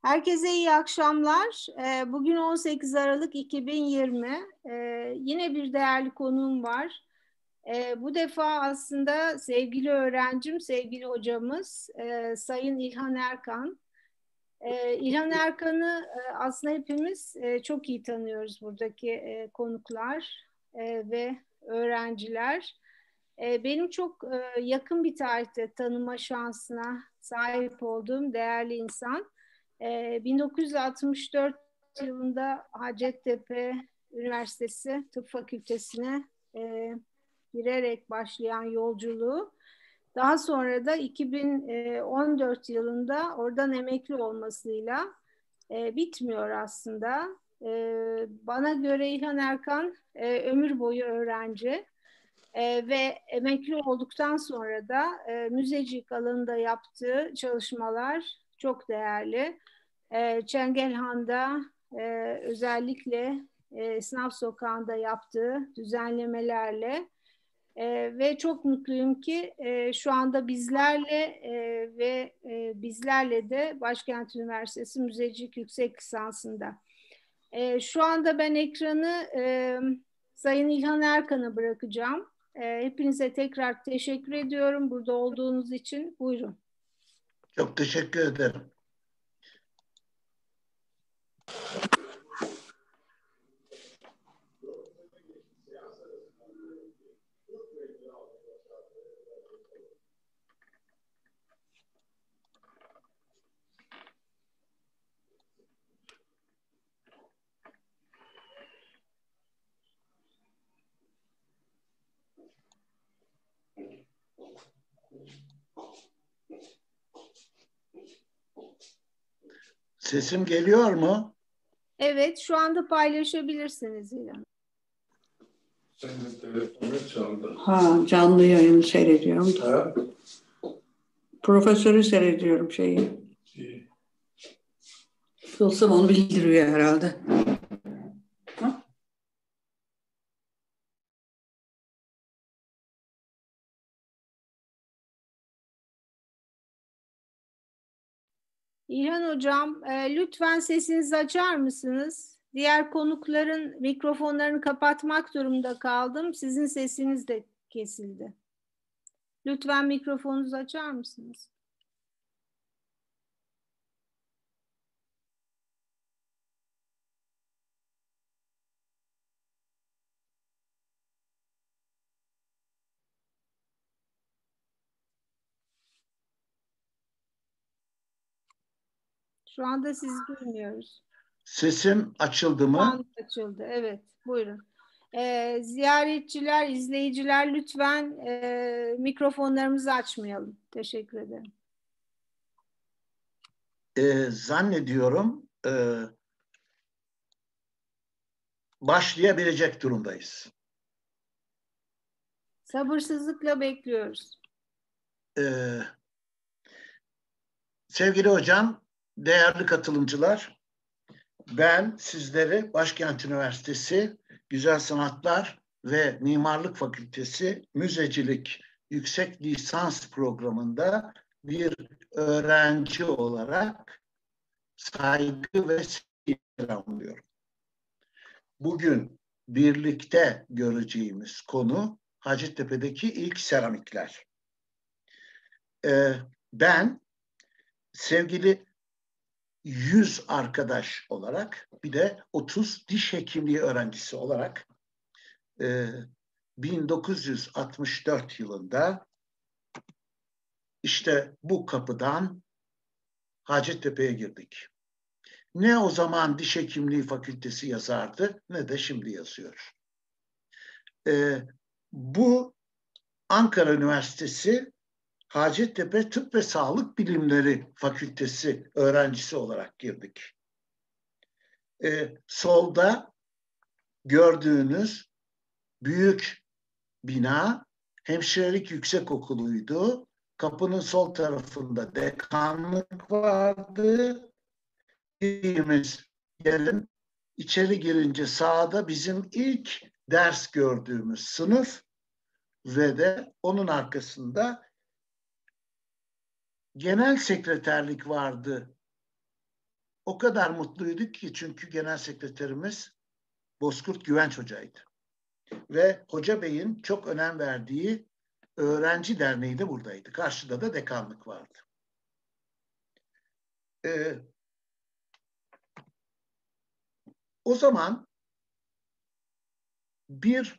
Herkese iyi akşamlar. Bugün 18 Aralık 2020. Yine bir değerli konuğum var. Bu defa aslında sevgili öğrencim, sevgili hocamız Sayın İlhan Erkan. İlhan Erkan'ı aslında hepimiz çok iyi tanıyoruz buradaki konuklar ve öğrenciler. Benim çok yakın bir tarihte tanıma şansına sahip olduğum değerli insan. 1964 yılında Hacettepe Üniversitesi Tıp Fakültesine girerek başlayan yolculuğu, daha sonra da 2014 yılında oradan emekli olmasıyla bitmiyor aslında. Bana göre İlhan Erkan ömür boyu öğrenci. Ve emekli olduktan sonra da müzecilik alanında yaptığı çalışmalar çok değerli. Çengelhan'da özellikle Sınav Sokağı'nda yaptığı düzenlemelerle ve çok mutluyum ki şu anda bizlerle bizlerle de Başkent Üniversitesi Müzecilik Yüksek Lisansı'nda. Şu anda ben ekranı Sayın İlhan Erkan'a bırakacağım. Hepinize tekrar teşekkür ediyorum burada olduğunuz için. Buyurun. Çok teşekkür ederim. Sesim geliyor mu? Evet, şu anda paylaşabilirsiniz İlhan. Ha, canlı yayını seyrediyorum. Ha? Profesörü seyrediyorum şeyi. Tılsım onu bildiriyor herhalde. Ha? İlhan Hocam, lütfen sesinizi açar mısınız? Diğer konukların mikrofonlarını kapatmak durumunda kaldım. Sizin sesiniz de kesildi. Lütfen mikrofonunuzu açar mısınız? Şu anda sizi duymuyoruz. Sesim açıldı mı? Şu anda açıldı, evet. Buyurun. Ziyaretçiler, izleyiciler lütfen mikrofonlarımızı açmayalım. Teşekkür ederim. Zannediyorum başlayabilecek durumdayız. Sabırsızlıkla bekliyoruz. Sevgili hocam, değerli katılımcılar, ben sizleri Başkent Üniversitesi Güzel Sanatlar ve Mimarlık Fakültesi Müzecilik Yüksek Lisans programında bir öğrenci olarak saygı ve selamlıyorum. Bugün birlikte göreceğimiz konu Hacettepe'deki ilk seramikler. Ben sevgili 100 arkadaş olarak bir de 30 diş hekimliği öğrencisi olarak 1964 yılında işte bu kapıdan Hacettepe'ye girdik. Ne o zaman diş hekimliği fakültesi yazardı ne de şimdi yazıyor. Bu Ankara Üniversitesi Hacettepe Tıp ve Sağlık Bilimleri Fakültesi öğrencisi olarak girdik. Solda gördüğünüz büyük bina Hemşirelik Yüksekokulu'ydu. Kapının sol tarafında dekanlık vardı. Girdiğimiz yerin içeri girince sağda bizim ilk ders gördüğümüz sınıf ve de onun arkasında genel sekreterlik vardı o kadar mutluyduk ki, çünkü genel sekreterimiz Bozkurt Güvenç Hoca'ydı. Ve Hoca Bey'in çok önem verdiği öğrenci derneği de buradaydı. Karşıda da dekanlık vardı. O zaman bir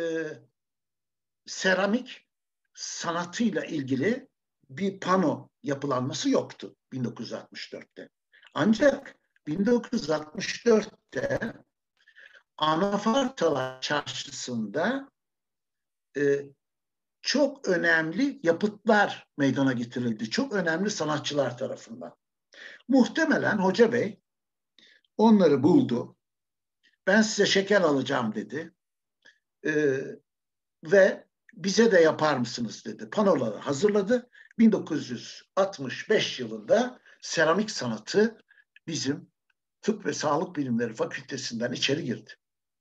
seramik sanatıyla ilgili bir pano yapılanması yoktu 1964'te. Ancak 1964'te Anafartalar Çarşısı'nda çok önemli yapıtlar meydana getirildi. Çok önemli sanatçılar tarafından. Muhtemelen Hoca Bey onları buldu. Ben size şeker alacağım dedi. Ve bize de yapar mısınız dedi. Panoları hazırladı. 1965 yılında seramik sanatı bizim Tıp ve Sağlık Bilimleri Fakültesinden içeri girdi.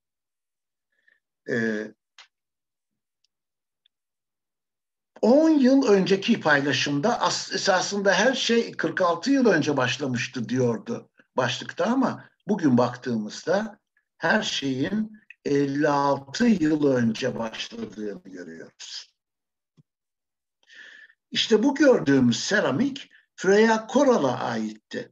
10 yıl önceki paylaşımda esasında her şey 46 yıl önce başlamıştı diyordu başlıkta, ama bugün baktığımızda her şeyin 56 yıl önce başladığını görüyoruz. İşte bu gördüğümüz seramik Freya Koral'a aitti.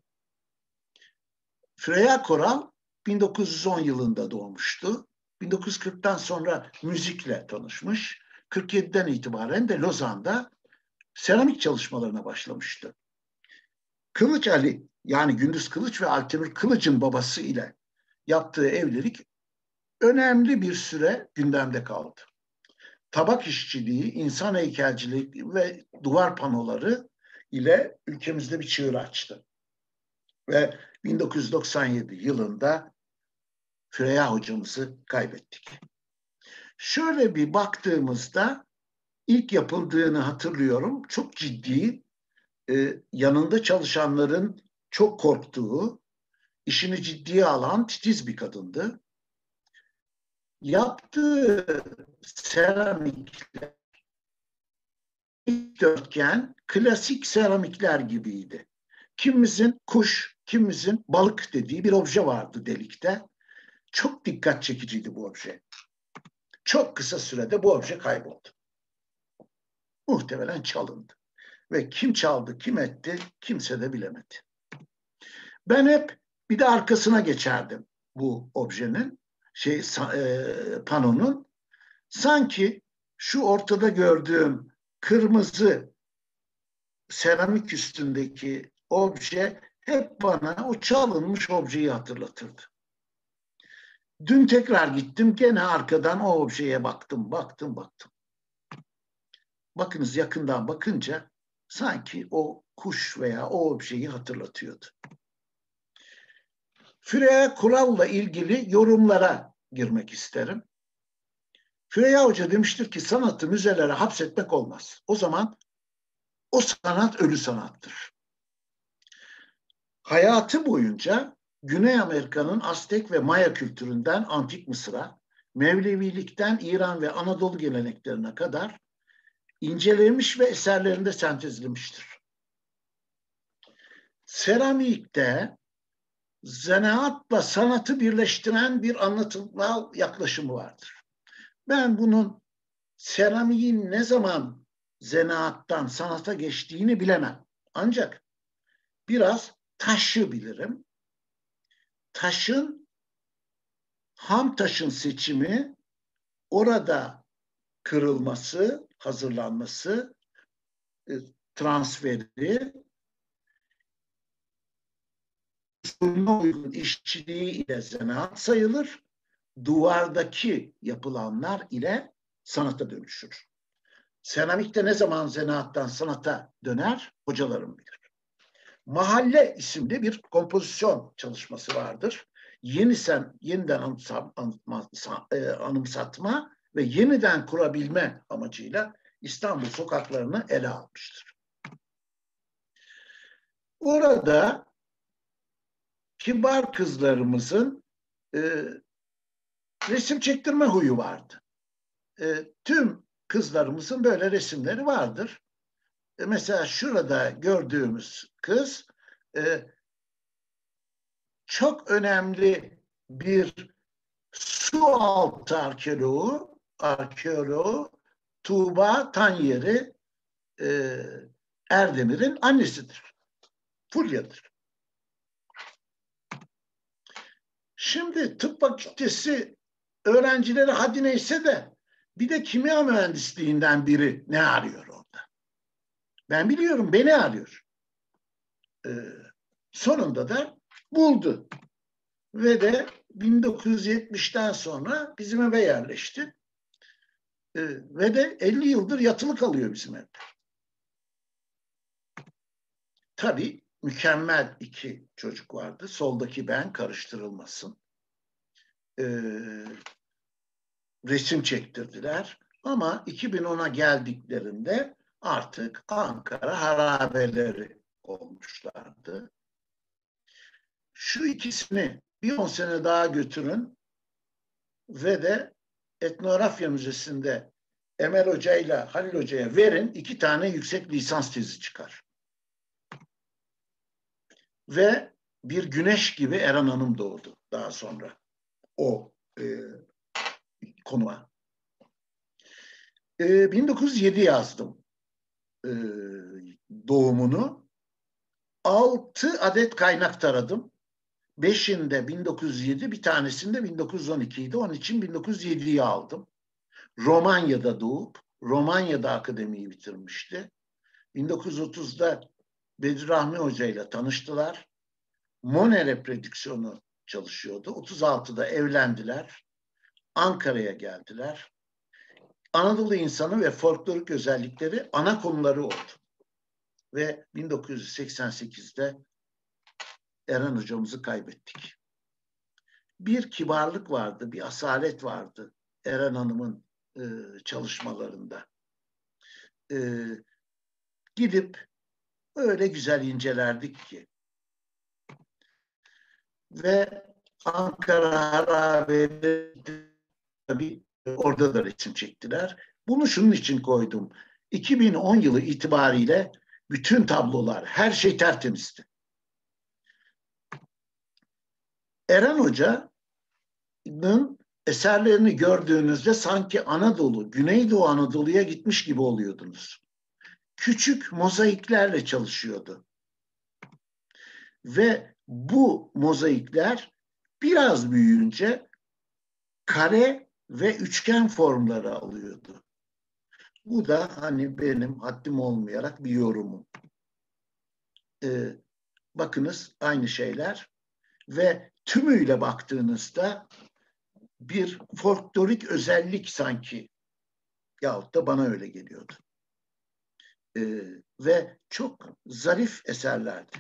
Freya Koral 1910 yılında doğmuştu. 1940'tan sonra müzikle tanışmış. 47'den itibaren de Lozan'da seramik çalışmalarına başlamıştı. Kılıç Ali, yani Gündüz Kılıç ve Altemir Kılıç'ın babası ile yaptığı evlilik önemli bir süre gündemde kaldı. Tabak işçiliği, insan heykelciliği ve duvar panoları ile ülkemizde bir çığır açtı. Ve 1997 yılında Freya hocamızı kaybettik. Şöyle bir baktığımızda ilk yapıldığını hatırlıyorum. Çok ciddi, yanında çalışanların çok korktuğu, işini ciddiye alan titiz bir kadındı. Yaptığı seramikler dikdörtgen, klasik seramikler gibiydi. Kimimizin kuş, kimimizin balık dediği bir obje vardı delikte. Çok dikkat çekiciydi bu obje. Çok kısa sürede bu obje kayboldu. Muhtemelen çalındı. Ve kim çaldı, kim etti, kimse de bilemedi. Ben hep bir de arkasına geçerdim bu objenin, panonun. Sanki şu ortada gördüğüm kırmızı seramik üstündeki obje hep bana o çalınmış objeyi hatırlatırdı. Dün tekrar gittim, gene arkadan o objeye baktım. Bakınız, yakından bakınca sanki o kuş veya o objeyi hatırlatıyordu. Freya Koral'la ilgili yorumlara girmek isterim. Freya Hoca demiştir ki sanatı müzelere hapsetmek olmaz. O zaman o sanat ölü sanattır. Hayatı boyunca Güney Amerika'nın Aztek ve Maya kültüründen Antik Mısır'a, Mevlevilikten İran ve Anadolu geleneklerine kadar incelemiş ve eserlerinde sentezlemiştir. Seramikte zanaatla sanatı birleştiren bir anlatımsal yaklaşımı vardır. Ben bunun seramiğin ne zaman zanaattan sanata geçtiğini bilemem. Ancak biraz taşı bilirim. Ham taşın seçimi, orada kırılması, hazırlanması, transferi, usulüne uygun işçiliği ile zanaat sayılır. Duvardaki yapılanlar ile sanata dönüşür. Seramikte ne zaman zanaattan sanata döner? Hocalarım bilir. Mahalle isimli bir kompozisyon çalışması vardır. Yeniden anımsatma ve yeniden kurabilme amacıyla İstanbul sokaklarını ele almıştır. Orada kibar kızlarımızın resim çektirme huyu vardı. Tüm kızlarımızın böyle resimleri vardır. Mesela şurada gördüğümüz kız çok önemli bir su altı arkeoloğu Tuğba Tanyeri Erdemir'in annesidir. Fulya'dır. Şimdi tıp fakültesi öğrencileri hadi neyse de bir de kimya mühendisliğinden biri ne arıyor orada? Ben biliyorum, beni arıyor. Sonunda da buldu. Ve de 1970'ten sonra bizim eve yerleşti. Ve de 50 yıldır yatılı kalıyor bizim evde. Tabii mükemmel iki çocuk vardı. Soldaki ben, karıştırılmasın. Resim çektirdiler. Ama 2010'a geldiklerinde artık Ankara harabeleri olmuşlardı. Şu ikisini bir 10 sene daha götürün ve de Etnografya Müzesi'nde Emel Hoca ile Halil Hoca'ya verin, 2 tane yüksek lisans tezi çıkar. Ve bir güneş gibi Eren Hanım doğdu daha sonra o konuğa. 1907 yazdım doğumunu. 6 adet kaynak taradım. 5'inde 1907, bir tanesinde 1912 idi. Onun için 1907'yi aldım. Romanya'da doğup, Romanya'da akademiyi bitirmişti. 1930'da Bedri Rahmi Hoca ile tanıştılar. Monet reprodüksiyonu çalışıyordu. 36'da evlendiler. Ankara'ya geldiler. Anadolu insanı ve folklorik özellikleri ana konuları oldu. Ve 1988'de Eren hocamızı kaybettik. Bir kibarlık vardı, bir asalet vardı Eren Hanım'ın çalışmalarında. Gidip öyle güzel incelerdik ki. Ve Ankara harabeleri tabii orada da resim çektiler. Bunu şunun için koydum. 2010 yılı itibariyle bütün tablolar, her şey tertemizdi. Eren Hoca'nın eserlerini gördüğünüzde sanki Anadolu, Güneydoğu Anadolu'ya gitmiş gibi oluyordunuz. Küçük mozaiklerle çalışıyordu. Ve bu mozaikler biraz büyüyünce kare ve üçgen formları alıyordu. Bu da hani benim haddim olmayarak bir yorumum. Bakınız aynı şeyler ve tümüyle baktığınızda bir folklorik özellik sanki, yahut da bana öyle geliyordu. Ve çok zarif eserlerdi.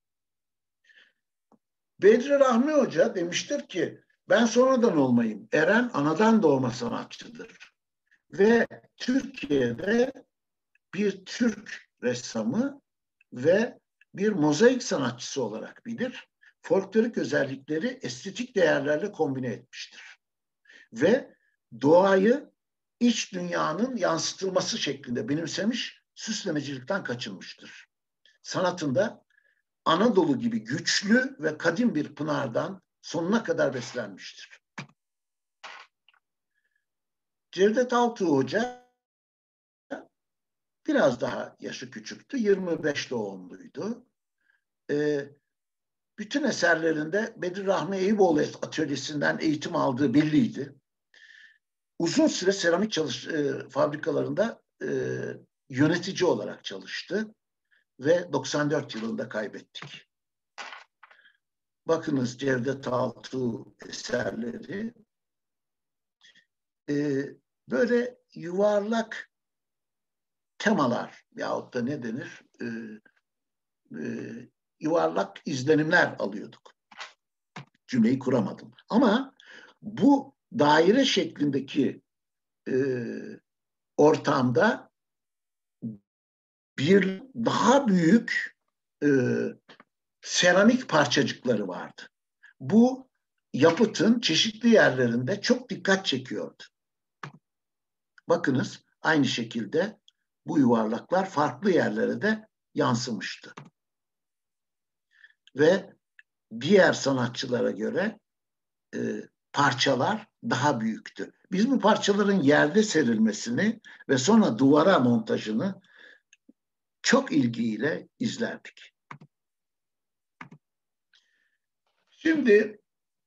Bedri Rahmi Hoca demiştir ki, ben sonradan olmayayım. Eren anadan doğma sanatçıdır. Ve Türkiye'de bir Türk ressamı ve bir mozaik sanatçısı olarak bilir. Folklorik özellikleri estetik değerlerle kombine etmiştir. Ve doğayı iç dünyanın yansıtılması şeklinde benimsemiş, süslemecilikten kaçınmıştır. Sanatında Anadolu gibi güçlü ve kadim bir pınardan sonuna kadar beslenmiştir. Cevdet Altuğ Hoca biraz daha yaşı küçüktü. 25 doğumluydu. Bütün eserlerinde Bedri Rahmi Eyüboğlu atölyesinden eğitim aldığı belliydi. Uzun süre seramik fabrikalarında yönetici olarak çalıştı ve 94 yılında kaybettik. Bakınız Cevdet Altuğ eserleri. Böyle yuvarlak temalar yahut da ne denir? Yuvarlak izlenimler alıyorduk. Cümleyi kuramadım. Ama bu daire şeklindeki ortamda bir daha büyük seramik parçacıkları vardı. Bu yapıtın çeşitli yerlerinde çok dikkat çekiyordu. Bakınız aynı şekilde bu yuvarlaklar farklı yerlere de yansımıştı. Ve diğer sanatçılara göre parçalar daha büyüktü. Biz bu parçaların yerde serilmesini ve sonra duvara montajını çok ilgiyle izlerdik. Şimdi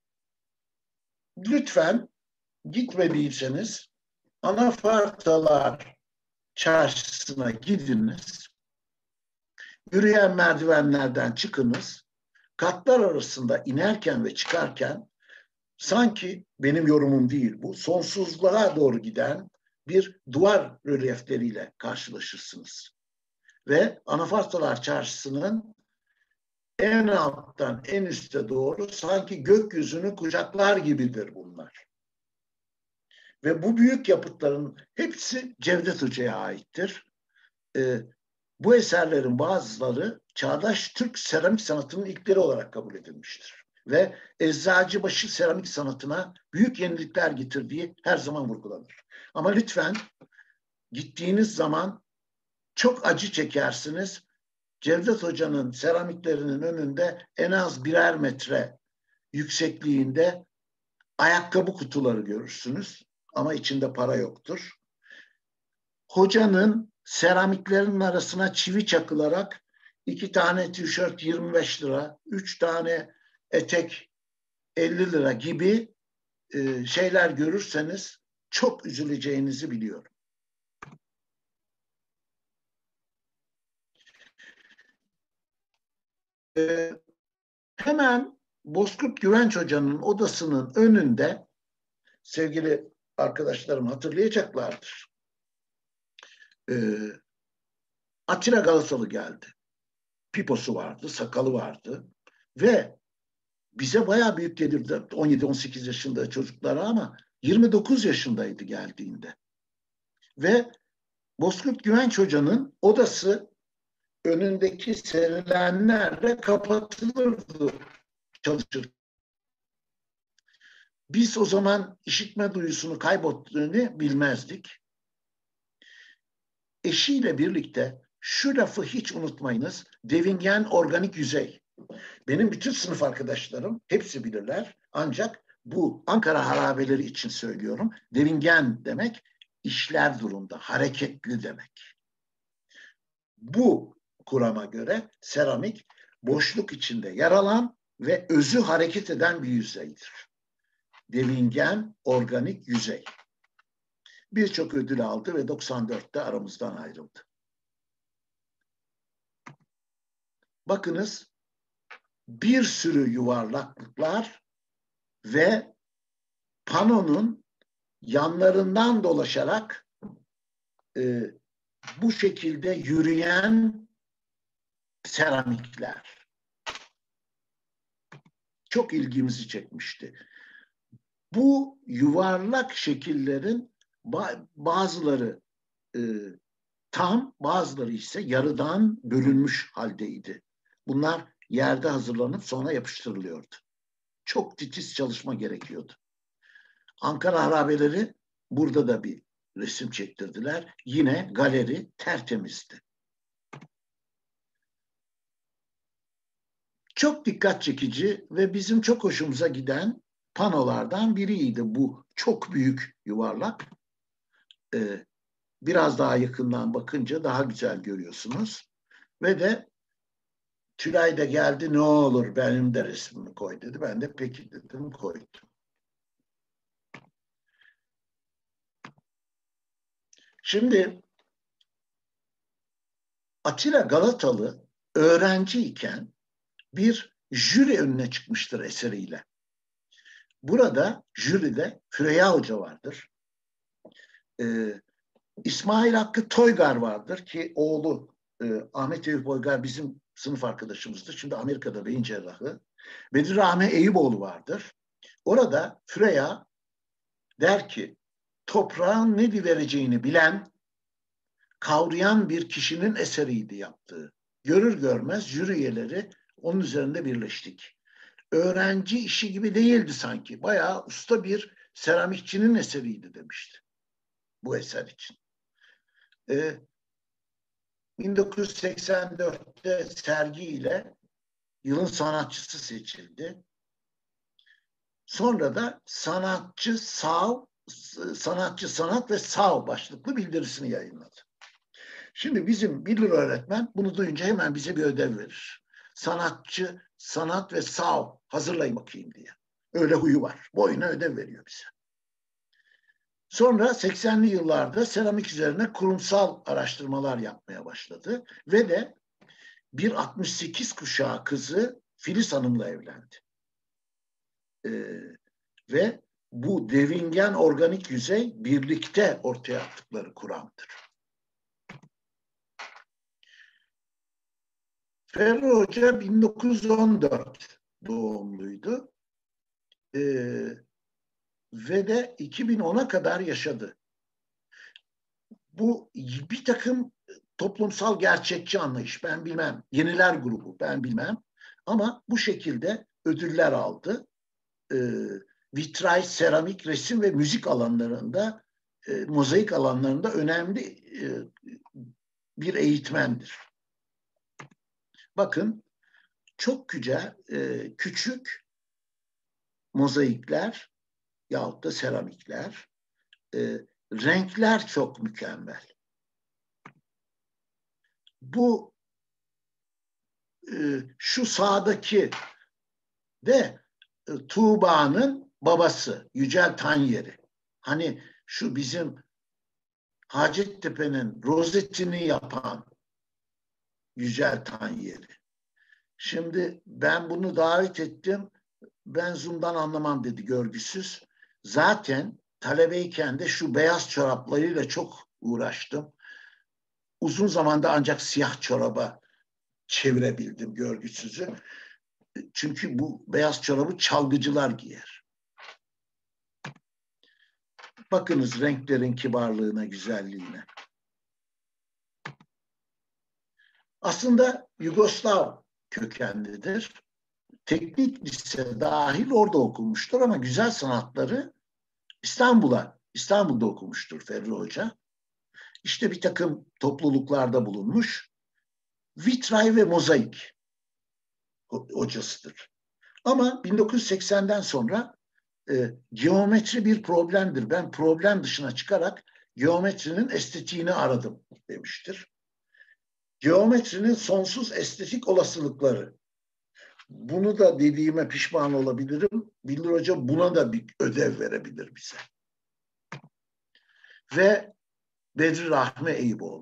lütfen gitmediyseniz Anafartalar Çarşısı'na gidiniz. Yürüyen merdivenlerden çıkınız. Katlar arasında inerken ve çıkarken sanki, benim yorumum değil bu, sonsuzluğa doğru giden bir duvar rölyefleriyle karşılaşırsınız. Ve Anafartalar Çarşısı'nın en alttan en üste doğru sanki gökyüzünü kucaklar gibidir bunlar. Ve bu büyük yapıtların hepsi Cevdet Hoca'ya aittir. Bu eserlerin bazıları çağdaş Türk seramik sanatının ilkleri olarak kabul edilmiştir. Ve Eczacıbaşı seramik sanatına büyük yenilikler getirdiği her zaman vurgulanır. Ama lütfen gittiğiniz zaman çok acı çekersiniz. Cevdet Hoca'nın seramiklerinin önünde en az 1'er metre yüksekliğinde ayakkabı kutuları görürsünüz. Ama içinde para yoktur. Hocanın seramiklerin arasına çivi çakılarak 2 tane tişört 25 lira, 3 tane etek 50 lira gibi şeyler görürseniz çok üzüleceğinizi biliyorum. Hemen Bozkurt Güvenç Hoca'nın odasının önünde, sevgili arkadaşlarım hatırlayacaklardır, Atilla Galatalı geldi. Piposu vardı, sakalı vardı ve bize bayağı büyük gelirdi. 17-18 yaşında çocuklara ama 29 yaşındaydı geldiğinde. Ve Bozkurt Güvenç Hoca'nın odası önündeki serilenlerle kapatılırdı çalışır. Biz o zaman işitme duyusunu kaybettiğini bilmezdik. Eşiyle birlikte şu lafı hiç unutmayınız. Devingen organik yüzey. Benim bütün sınıf arkadaşlarım hepsi bilirler. Ancak bu Ankara harabeleri için söylüyorum. Devingen demek işler durumda, hareketli demek. Bu kurama göre seramik boşluk içinde yer alan ve özü hareket eden bir yüzeydir. Devingen organik yüzey. Birçok ödül aldı ve 94'te aramızdan ayrıldı. Bakınız, bir sürü yuvarlaklıklar ve panonun yanlarından dolaşarak bu şekilde yürüyen seramikler. Çok ilgimizi çekmişti. Bu yuvarlak şekillerin bazıları tam, bazıları ise yarıdan bölünmüş haldeydi. Bunlar yerde hazırlanıp sonra yapıştırılıyordu. Çok titiz çalışma gerekiyordu. Ankara harabeleri burada da bir resim çektirdiler. Yine galeri tertemizdi. Çok dikkat çekici ve bizim çok hoşumuza giden panolardan biriydi bu çok büyük yuvarlak. Biraz daha yakından bakınca daha güzel görüyorsunuz. Ve de Tülay da geldi, ne olur benim de resmimi koy dedi. Ben de peki dedim, koydum. Şimdi Atilla Galatalı öğrenciyken bir jüri önüne çıkmıştır eseriyle. Burada jüride Füreyya Hoca vardır. İsmail Hakkı Toygar vardır ki oğlu Ahmet Eyüp Toygar bizim sınıf arkadaşımızdır. Şimdi Amerika'da beyin cerrahı. Bedir Rahmi Eyüboğlu vardır. Orada Füreyya der ki, toprağın ne vereceğini bilen, kavrayan bir kişinin eseriydi yaptığı. Görür görmez jüri üyeleri onun üzerinde birleştik. Öğrenci işi gibi değildi sanki. Bayağı usta bir seramikçinin eseriydi demişti bu eser için. 1984'te sergiyle yılın sanatçısı seçildi. Sonra da sanatçı sanat ve sağ başlıklı bildirisini yayınladı. Şimdi bizim Bilir öğretmen bunu duyunca hemen bize bir ödev verir. Sanatçı, sanat ve sağ hazırlayın bakayım diye. Öyle huyu var. Boyuna ödev veriyor bize. Sonra 80'li yıllarda seramik üzerine kurumsal araştırmalar yapmaya başladı. Ve de bir 68 kuşağı kızı Filiz Hanım'la evlendi. Ve bu devingen organik yüzey birlikte ortaya attıkları kuramdır. Ferri Hoca 1914 doğumluydu. Ve de 2010'a kadar yaşadı. Bu bir takım toplumsal gerçekçi anlayış, ben bilmem. Yeniler grubu, ben bilmem. Ama bu şekilde ödüller aldı. Vitray, seramik, resim ve müzik alanlarında, mozaik alanlarında önemli bir eğitmendir. Bakın, çok küçük mozaikler yahut da seramikler, renkler çok mükemmel. Bu şu sağdaki de Tuğba'nın babası Yücel Tanyeri. Hani şu bizim Hacettepe'nin rozetini yapan Yücel Tanyeri. Şimdi ben bunu davet ettim. Ben Zoom'dan anlamam dedi, görgüsüz. Zaten talebeyken de şu beyaz çoraplarıyla çok uğraştım. Uzun zamanda ancak siyah çoraba çevirebildim görgüsüzü. Çünkü bu beyaz çorabı çalgıcılar giyer. Bakınız renklerin kibarlığına, güzelliğine. Aslında Yugoslav kökenlidir. Teknik lise dahil orada okumuştur ama güzel sanatları İstanbul'da okumuştur Ferri Hoca. İşte bir takım topluluklarda bulunmuş. Vitray ve mozaik hocasıdır. Ama 1980'den sonra geometri bir problemdir. Ben problem dışına çıkarak geometrinin estetiğini aradım demiştir. Geometrinin sonsuz estetik olasılıkları. Bunu da dediğime pişman olabilirim. Bilir Hoca buna da bir ödev verebilir bize. Ve Bedri Rahmi Eyüboğlu.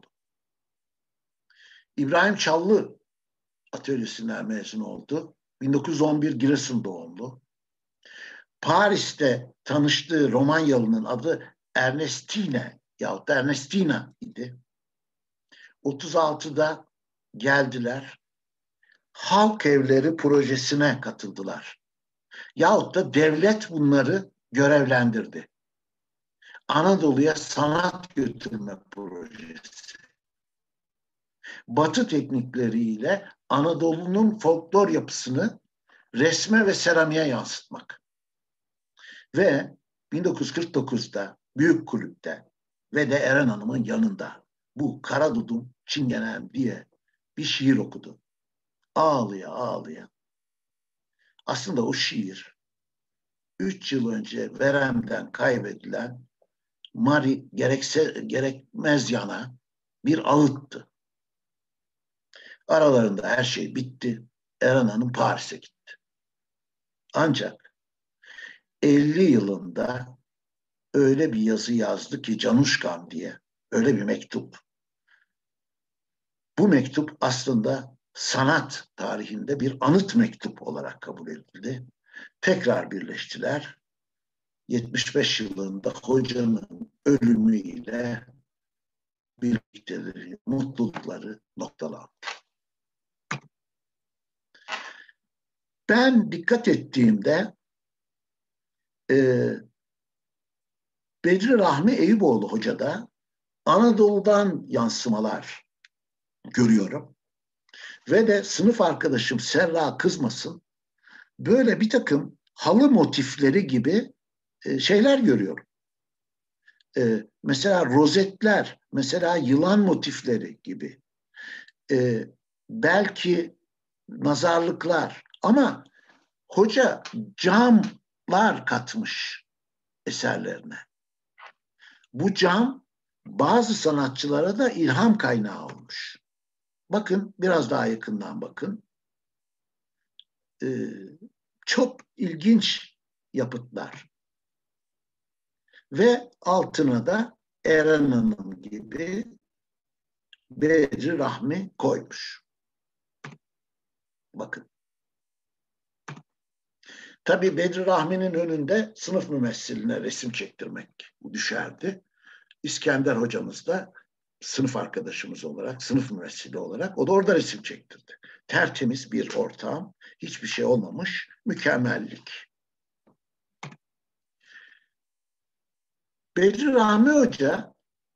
İbrahim Çallı atölyesinden mezun oldu. 1911 Giresun doğumlu. Paris'te tanıştığı Romanyalı'nın adı Ernestina idi. 36'da geldiler. Halk evleri projesine katıldılar. Yahut da devlet bunları görevlendirdi. Anadolu'ya sanat götürme projesi. Batı teknikleriyle Anadolu'nun folklor yapısını resme ve seramiğe yansıtmak. Ve 1949'da Büyük Kulüp'te ve de Eren Hanım'ın yanında bu Karadudum Çingenem diye bir şiir okudu. Ağlıya ağlıya. Aslında o şiir 3 yıl önce veremden kaybedilen Mari gerekmez yana bir ağıttı. Aralarında her şey bitti. Eren Hanım Paris'e gitti. Ancak 50 yılında öyle bir yazı yazdı ki Canuşkan diye, öyle bir mektup. Bu mektup aslında sanat tarihinde bir anıt mektup olarak kabul edildi. Tekrar birleştiler. 75 yılında hocanın ölümüyle birlikteleri, mutlulukları noktalandı. Ben dikkat ettiğimde Bedri Rahmi Eyüboğlu Hoca'da Anadolu'dan yansımalar görüyorum. Ve de sınıf arkadaşım Serra kızmasın, böyle bir takım halı motifleri gibi şeyler görüyorum. Mesela rozetler, mesela yılan motifleri gibi. Belki nazarlıklar. Ama hoca camlar katmış eserlerine. Bu cam bazı sanatçılara da ilham kaynağı olmuş. Bakın, biraz daha yakından bakın. Çok ilginç yapıtlar. Ve altına da Eren Hanım gibi Bedri Rahmi koymuş. Bakın. Tabii Bedri Rahmi'nin önünde sınıf mümessiline resim çektirmek düşerdi. İskender hocamız da sınıf arkadaşımız olarak, sınıf mümessili olarak o da orada resim çektirdi. Tertemiz bir ortam, hiçbir şey olmamış, mükemmellik. Bedri Rahmi Hoca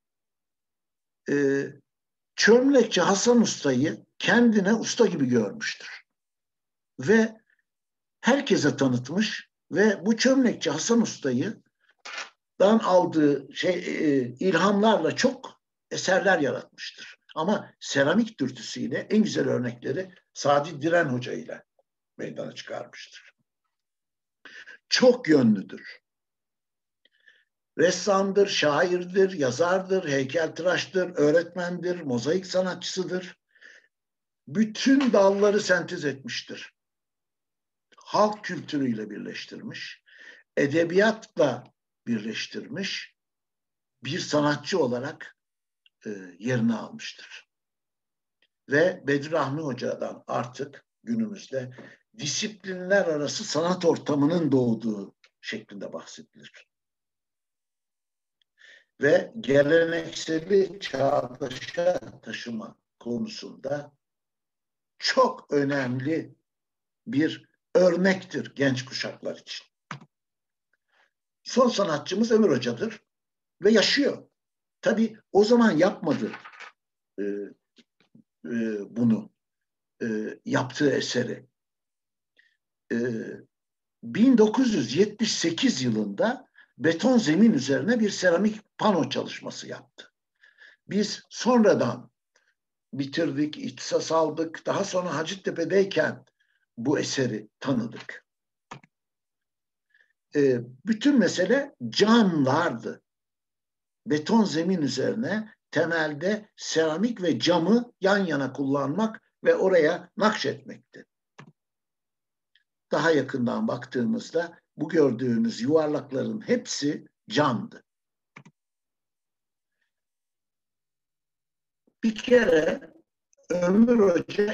Çömlekçi Hasan Usta'yı kendine usta gibi görmüştür. Ve herkese tanıtmış ve bu Çömlekçi Hasan Usta'dan aldığı ilhamlarla çok eserler yaratmıştır. Ama seramik dürtüsüyle en güzel örnekleri Sadi Diren Hoca ile meydana çıkarmıştır. Çok yönlüdür. Ressamdır, şairdir, yazardır, heykeltıraştır, öğretmendir, mozaik sanatçısıdır. Bütün dalları sentez etmiştir. Halk kültürüyle birleştirmiş, edebiyatla birleştirmiş, bir sanatçı olarak yerini almıştır. Ve Bedri Rahmi Hoca'dan artık günümüzde disiplinler arası sanat ortamının doğduğu şeklinde bahsedilir. Ve gelenekseli çağdaşa taşıma konusunda çok önemli bir örnektir genç kuşaklar için. Son sanatçımız Ömür Hoca'dır ve yaşıyor. Tabii o zaman yapmadı bunu, yaptığı eseri. 1978 yılında beton zemin üzerine bir seramik pano çalışması yaptı. Biz sonradan bitirdik, ihtisas aldık. Daha sonra Hacettepe'deyken bu eseri tanıdık. Bütün mesele camlardı. Beton zemin üzerine temelde seramik ve camı yan yana kullanmak ve oraya nakşetmekti. Daha yakından baktığımızda bu gördüğünüz yuvarlakların hepsi camdı. Bir kere Ömür Hoca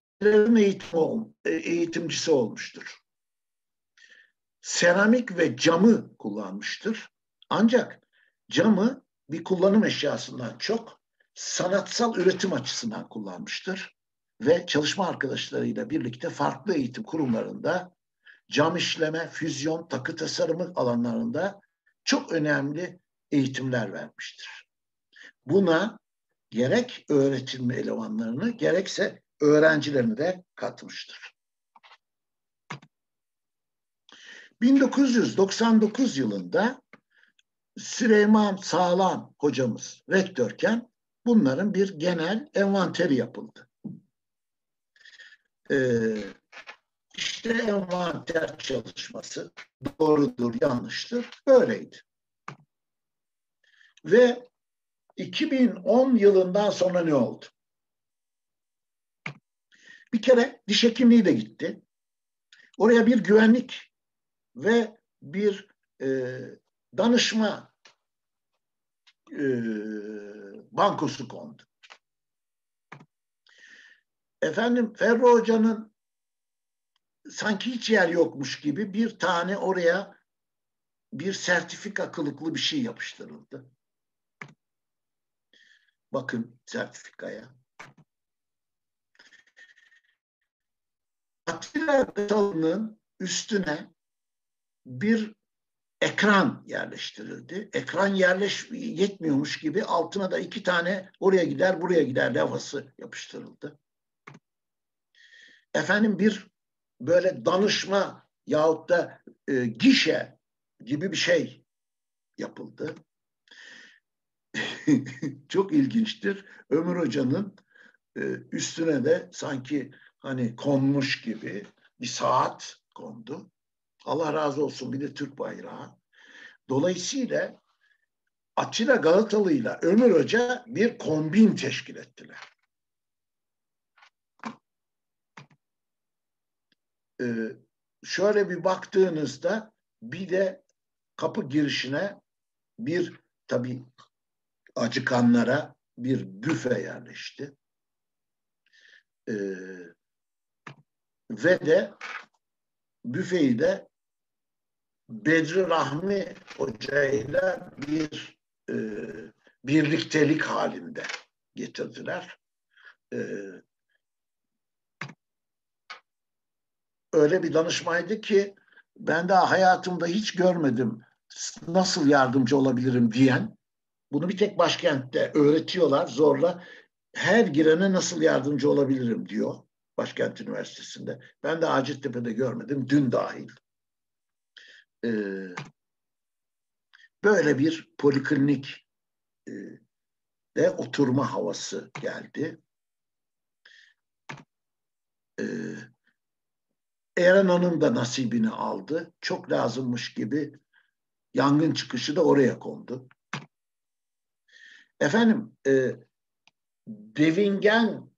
eğitimcisi olmuştur. Seramik ve camı kullanmıştır. Ancak camı bir kullanım eşyasından çok sanatsal üretim açısından kullanmıştır. Ve çalışma arkadaşlarıyla birlikte farklı eğitim kurumlarında cam işleme, füzyon, takı tasarımı alanlarında çok önemli eğitimler vermiştir. Buna gerek öğretim elemanlarını gerekse öğrencilerini de katmıştır. 1999 yılında Süleyman Sağlam hocamız rektörken bunların bir genel envanteri yapıldı. İşte envanter çalışması doğrudur, yanlıştır, böyleydi. Ve 2010 yılından sonra ne oldu? Bir kere diş hekimliği de gitti. Oraya bir güvenlik ve bir danışma bankosu kondu. Efendim Ferro Hoca'nın sanki hiç yer yokmuş gibi bir tane oraya bir sertifika kılıklı bir şey yapıştırıldı. Bakın sertifikaya. Atilla Betal'ın üstüne bir ekran yerleştirildi. Ekran yetmiyormuş gibi altına da 2 tane oraya gider buraya gider levhası yapıştırıldı. Efendim bir böyle danışma yahut da gişe gibi bir şey yapıldı. Çok ilginçtir. Ömür Hoca'nın üstüne de sanki hani konmuş gibi bir saat kondu. Allah razı olsun, bir de Türk bayrağı. Dolayısıyla Atilla Galatalı ile Ömür Hoca bir kombin teşkil ettiler. Şöyle bir baktığınızda bir de kapı girişine bir, tabii acıkanlara bir büfe yerleşti. Ve de büfeyi de Bedri Rahmi Hoca ile bir birliktelik halinde getirdiler. Öyle bir danışmaydı ki ben daha hayatımda hiç görmedim nasıl yardımcı olabilirim diyen. Bunu bir tek başkentte öğretiyorlar zorla. Her girene nasıl yardımcı olabilirim diyor Başkent Üniversitesi'nde. Ben de Hacettepe'de görmedim, dün dahil. Böyle bir poliklinik de oturma havası geldi. Eren Hanım da nasibini aldı. Çok lazımmış gibi yangın çıkışı da oraya kondu. Efendim, Devingen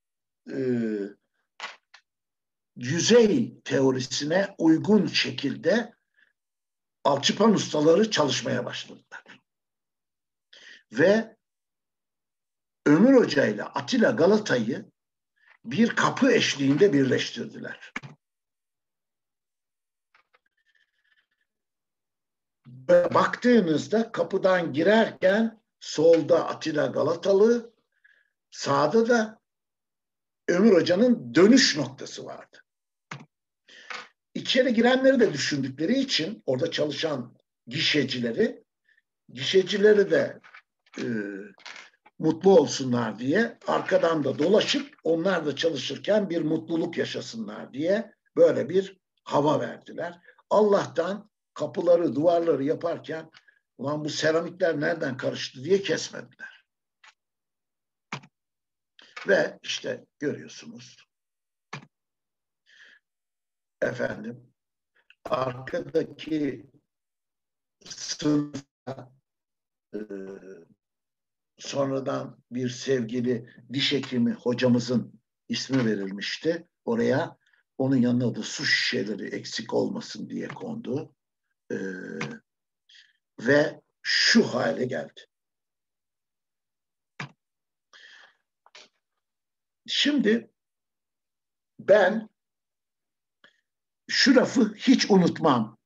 yüzey teorisine uygun şekilde alçıpan ustaları çalışmaya başladılar. Ve Ömür Hoca ile Atilla Galata'yı bir kapı eşliğinde birleştirdiler. Baktığınızda kapıdan girerken solda Atilla Galatalı, sağda da Ömür Hoca'nın dönüş noktası vardı. İçeri girenleri de düşündükleri için orada çalışan gişecileri de mutlu olsunlar diye arkadan da dolaşıp onlar da çalışırken bir mutluluk yaşasınlar diye böyle bir hava verdiler. Allah'tan kapıları, duvarları yaparken ulan bu seramikler nereden karıştı diye kesmediler. Ve işte görüyorsunuz efendim, arkadaki sınıfta sonradan bir sevgili diş hekimi hocamızın ismi verilmişti. Oraya onun yanına da su şişeleri eksik olmasın diye kondu. Ve şu hale geldi. Şimdi ben şu lafı hiç unutmam.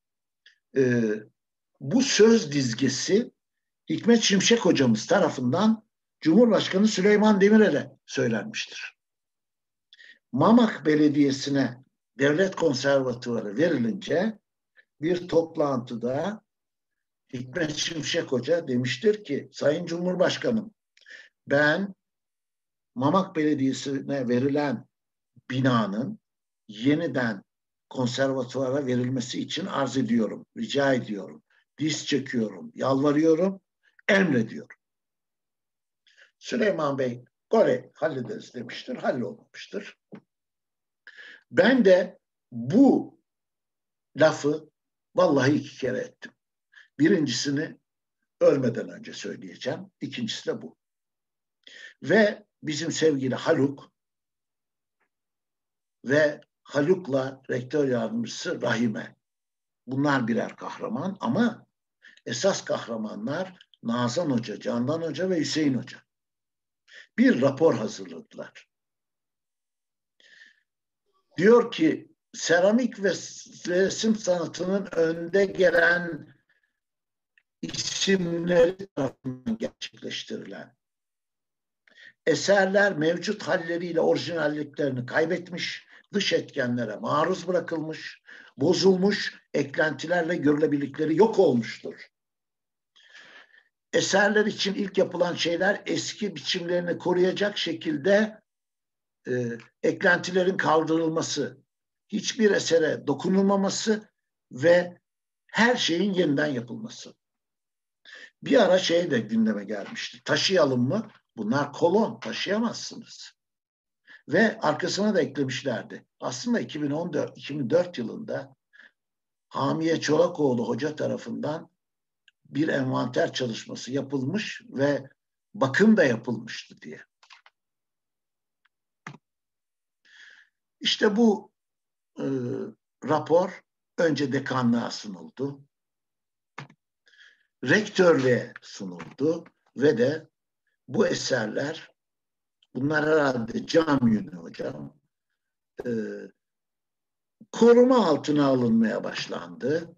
Bu söz dizgesi Hikmet Şimşek hocamız tarafından Cumhurbaşkanı Süleyman Demirel'e söylenmiştir. Mamak Belediyesi'ne devlet konservatuvarı verilince bir toplantıda Hikmet Şimşek Hoca demiştir ki, Sayın Cumhurbaşkanım, ben Mamak Belediyesi'ne verilen binanın yeniden konservatuvara verilmesi için arz ediyorum, rica ediyorum, diz çekiyorum, yalvarıyorum, emrediyorum. Süleyman Bey, goley hallederiz demiştir, hallolmamıştır. Ben de bu lafı vallahi 2 kere ettim. Birincisini ölmeden önce söyleyeceğim, ikincisi de bu. Ve bizim sevgili Haluk ve Haluk'la rektör yardımcısı Rahime. Bunlar birer kahraman ama esas kahramanlar Nazan Hoca, Candan Hoca ve Hüseyin Hoca. Bir rapor hazırladılar. Diyor ki, seramik ve resim sanatının önde gelen isimleri tarafından gerçekleştirilen eserler mevcut halleriyle orijinalliklerini kaybetmiş, dış etkenlere maruz bırakılmış, bozulmuş, eklentilerle görülebilirlikleri yok olmuştur. Eserler için ilk yapılan şeyler eski biçimlerini koruyacak şekilde eklentilerin kaldırılması, hiçbir esere dokunulmaması ve her şeyin yeniden yapılması. Bir ara de gündeme gelmişti. Taşıyalım mı? Bunlar kolon, taşıyamazsınız. Ve arkasına da eklemişlerdi. Aslında 2004 yılında Hamiye Çolakoğlu Hoca tarafından bir envanter çalışması yapılmış ve bakım da yapılmıştı diye. İşte bu rapor önce dekanlığa sunuldu. Rektörlüğe sunuldu ve de bu eserler, bunlar herhalde cam yünü hocam, koruma altına alınmaya başlandı.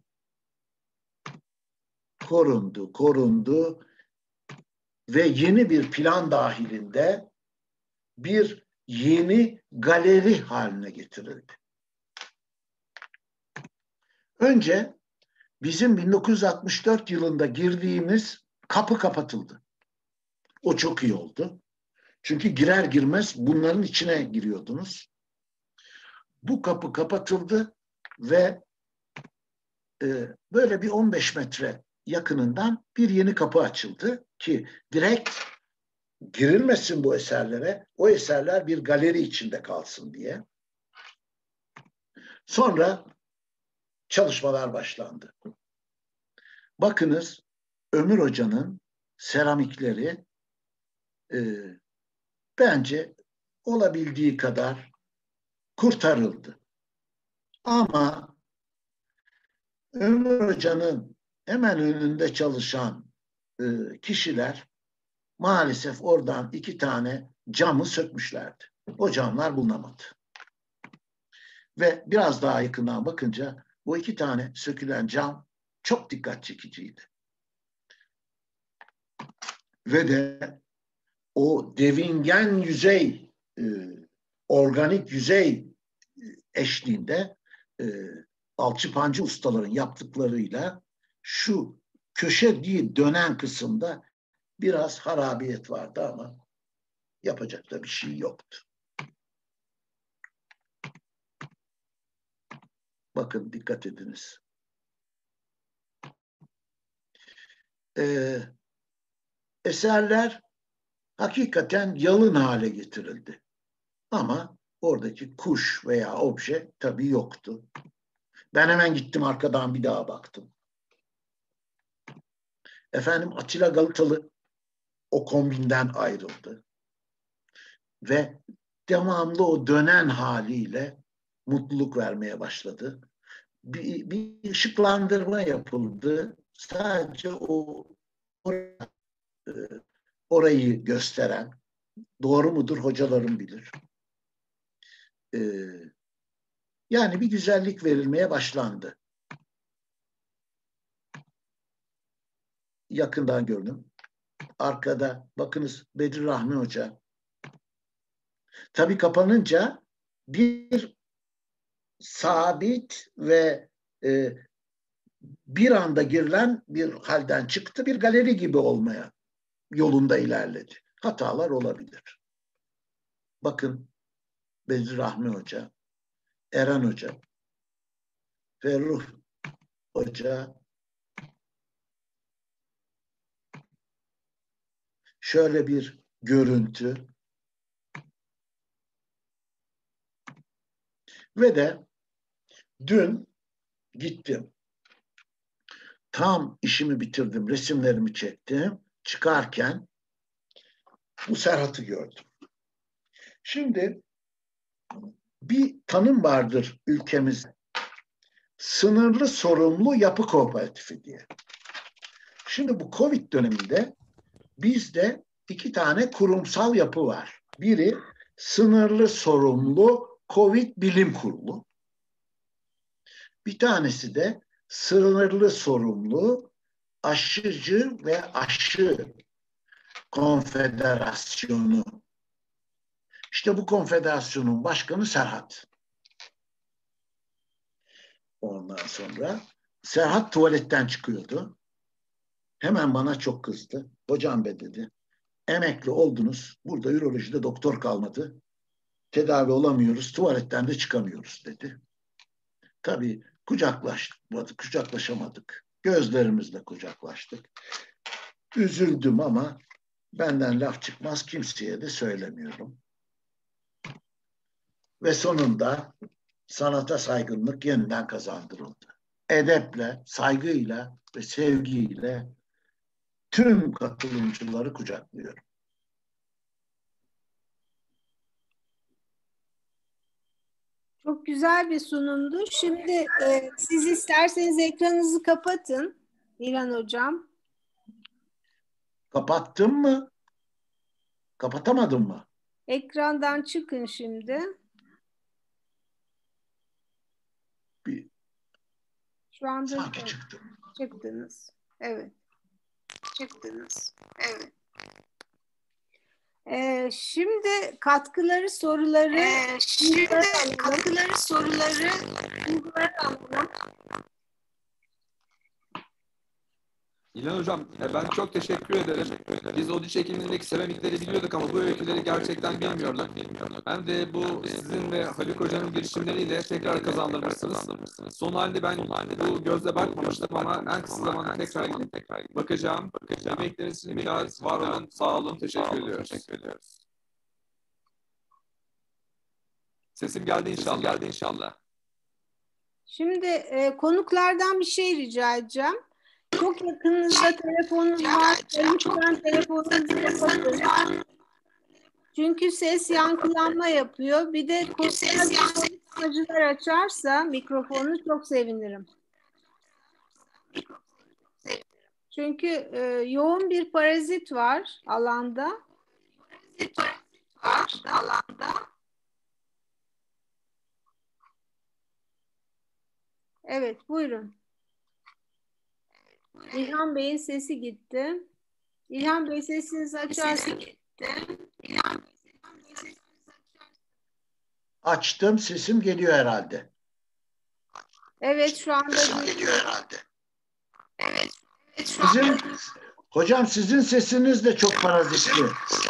Korundu ve yeni bir plan dahilinde bir yeni galeri haline getirildi. Önce bizim 1964 yılında girdiğimiz kapı kapatıldı. O çok iyi oldu. Çünkü girer girmez bunların içine giriyordunuz. Bu kapı kapatıldı ve böyle bir 15 metre yakınından bir yeni kapı açıldı ki direkt girilmesin bu eserlere, o eserler bir galeri içinde kalsın diye. Sonra çalışmalar başlandı. Bakınız Ömür Hoca'nın seramikleri bence olabildiği kadar kurtarıldı. Ama Ömür Hoca'nın hemen önünde çalışan kişiler maalesef oradan 2 tane camı sökmüşlerdi. O camlar bulunamadı. Ve biraz daha yakından bakınca bu 2 tane sökülen cam çok dikkat çekiciydi. Ve de o devingen yüzey, organik yüzey eşliğinde alçıpancı ustaların yaptıklarıyla şu köşe değil dönen kısımda biraz harabiyet vardı ama yapacak da bir şey yoktu. Bakın dikkat ediniz. Eserler hakikaten yalın hale getirildi. Ama oradaki kuş veya obje tabii yoktu. Ben hemen gittim arkadan bir daha baktım. Efendim Atilla Galatalı o kombinden ayrıldı. Ve devamlı o dönen haliyle mutluluk vermeye başladı. Bir ışıklandırma yapıldı. Sadece orayı gösteren, doğru mudur hocalarım bilir. Yani bir güzellik verilmeye başlandı. Yakından gördüm. Arkada bakınız Bedri Rahmi Hoca. Tabii kapanınca bir sabit ve bir anda girilen bir halden çıktı, bir galeri gibi olmaya yolunda ilerledi. Hatalar olabilir. Bakın Bedri Rahmi Hoca, Eren Hoca, Ferruh Hoca, şöyle bir görüntü ve de dün gittim. Tam işimi bitirdim, resimlerimi çektim. Çıkarken bu Serhat'ı gördüm. Şimdi bir tanım vardır ülkemizde. Sınırlı sorumlu yapı kooperatifi diye. Şimdi bu Covid döneminde bizde 2 tane kurumsal yapı var. Biri sınırlı sorumlu Covid Bilim Kurulu. Bir tanesi de sınırlı sorumlu aşıcı ve aşı konfederasyonu. İşte bu konfederasyonun başkanı Serhat. Ondan sonra Serhat tuvaletten çıkıyordu. Hemen bana çok kızdı. Hocam be dedi. Emekli oldunuz. Burada ürolojide doktor kalmadı. Tedavi olamıyoruz. Tuvaletten de çıkamıyoruz dedi. Tabii kucaklaşamadık. Gözlerimizle kucaklaştık. Üzüldüm ama benden laf çıkmaz, kimseye de söylemiyorum. ve sonunda sanata saygınlık yeniden kazandırıldı. Edeple, saygıyla ve sevgiyle tüm katılımcıları kucaklıyorum. Çok güzel bir sunumdu. Şimdi siz isterseniz ekranınızı kapatın İlhan Hocam. Kapattın mı? Kapatamadın mı? Ekrandan çıkın şimdi. Şu anda Sanki çıktım. çıktınız. Evet. Çıktınız. Evet. Şimdi katkıları, soruları duyguları alalım. İlhan Hocam, ben çok teşekkür ederim. Biz o diş hekimliğindeki seramikleri biliyorduk ama bu öyküleri gerçekten bilmiyorduk. Hem de bu sizin ve Haluk Hoca'nın girişimleriyle tekrar kazandırmışsınız. Son halde ben bu gözle bakmamıştım ama en kısa zamanda tekrar gidip bakacağım. Emekleriniz için biraz var olun, sağ olun, teşekkür ediyoruz. Sesim geldi inşallah. Şimdi konuklardan bir şey rica edeceğim. Çok yakınınızda telefonunuz var. Lütfen telefonunuzu kapatın. Çünkü ses yankılanma yapıyor. Bir de konuşmacılar açarsa mikrofonu çok sevinirim. Çünkü yoğun bir parazit var alanda. Evet, buyurun. İlhan Bey'in sesi gitti. İlhan Bey sesinizi açarsanız. Açtım, sesim geliyor herhalde. Evet, şu anda Geliyor herhalde. Hocam sizin sesiniz de çok parazitli.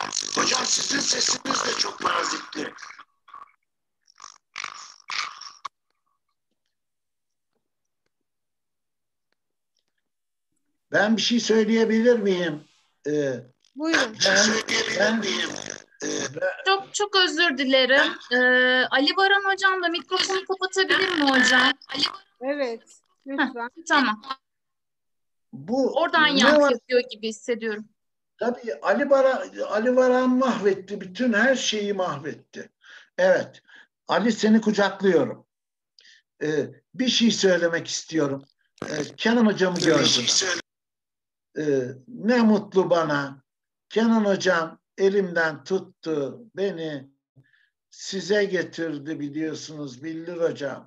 Ben bir şey söyleyebilir miyim? Buyurun. Çok özür dilerim. Ali Baran hocam da mikrofonu kapatabilir mi hocam? Evet, lütfen. Tamam. Oradan Ne yankı var? yapıyor gibi hissediyorum. Tabii Ali Baran mahvetti. Bütün her şeyi mahvetti. Evet. Ali, seni kucaklıyorum. Bir şey söylemek istiyorum. Kenan hocamı gördüm. Ne mutlu bana. Kenan hocam elimden tuttu. Beni size getirdi, biliyorsunuz Bildir hocam.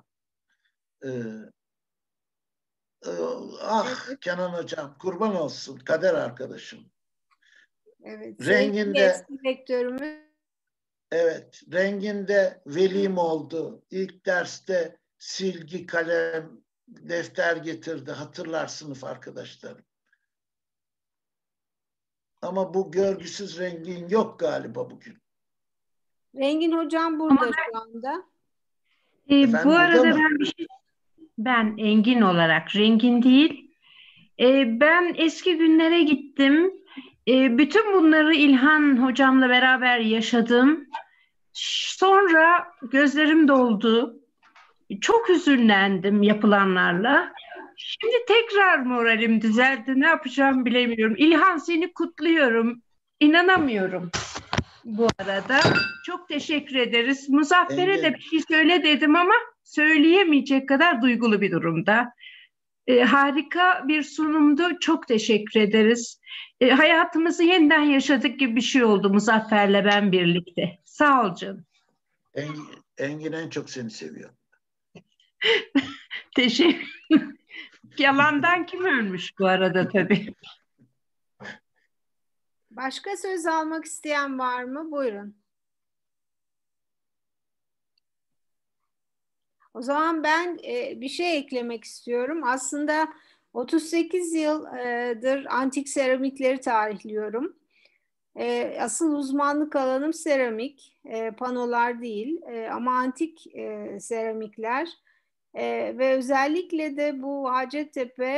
Evet. Kenan hocam kurban olsun, kader arkadaşım. Evet. Renginde Rektörümüz. evet, renginde velim oldu. İlk derste silgi, kalem, defter getirdi. Hatırlar sınıf arkadaşlarım. Ama bu görgüsüz Rengin yok galiba bugün. Rengin hocam burada şu anda. Efendim, Bu arada burada mı? ben Engin olarak, Rengin değil. Ben eski günlere gittim. Bütün bunları İlhan hocamla beraber yaşadım. Sonra gözlerim doldu. Çok hüzünlendim yapılanlarla. Şimdi tekrar moralim düzeldi. Ne yapacağımı bilemiyorum. İlhan, seni kutluyorum. İnanamıyorum bu arada. Çok teşekkür ederiz. Muzaffer'e de bir şey söyle dedim ama söyleyemeyecek kadar duygulu bir durumda. Harika bir sunumdu. Çok teşekkür ederiz. Hayatımızı yeniden yaşadık gibi bir şey oldu Muzaffer'le ben birlikte. Sağ ol canım. Engin en çok seni seviyor. Teşekkür. Yalandan kim ölmüş bu arada tabii. Başka söz almak isteyen var mı? Buyurun. O zaman ben bir şey eklemek istiyorum. Aslında 38 yıldır antik seramikleri tarihliyorum. Asıl uzmanlık alanım seramik, panolar değil, ama antik seramikler. Ve özellikle de bu Hacettepe,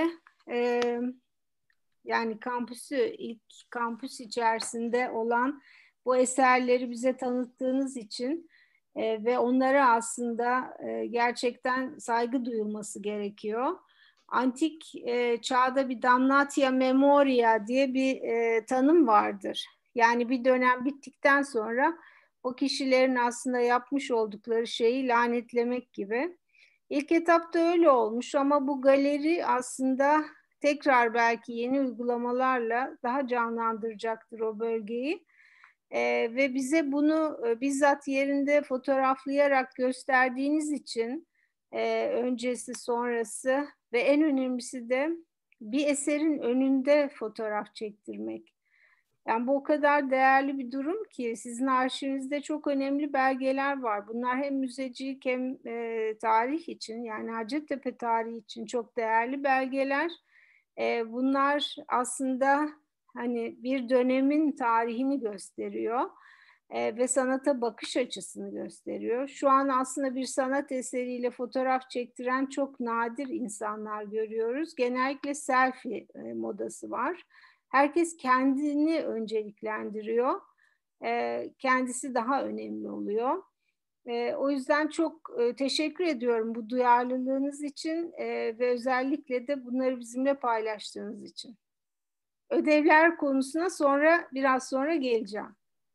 yani ilk kampüs içerisinde olan bu eserleri bize tanıttığınız için Ve onlara aslında gerçekten saygı duyulması gerekiyor. Antik çağda bir damnatia memoria diye bir tanım vardır. Yani bir dönem bittikten sonra o kişilerin aslında yapmış oldukları şeyi lanetlemek gibi. İlk etapta öyle olmuş ama bu galeri aslında tekrar belki yeni uygulamalarla daha canlandıracaktır o bölgeyi. Ve bize bunu bizzat yerinde fotoğraflayarak gösterdiğiniz için öncesi sonrası ve en önemlisi de bir eserin önünde fotoğraf çektirmek. Yani bu o kadar değerli bir durum ki sizin arşivinizde çok önemli belgeler var. Bunlar hem müzecilik hem tarih için, yani Hacettepe tarihi için çok değerli belgeler. Bunlar aslında hani bir dönemin tarihini gösteriyor ve sanata bakış açısını gösteriyor. Şu an aslında bir sanat eseriyle fotoğraf çektiren çok nadir insanlar görüyoruz. Genellikle selfie modası var. Herkes kendini önceliklendiriyor. Kendisi daha önemli oluyor. O yüzden çok teşekkür ediyorum bu duyarlılığınız için ve özellikle de bunları bizimle paylaştığınız için. Ödevler konusuna biraz sonra geleceğim.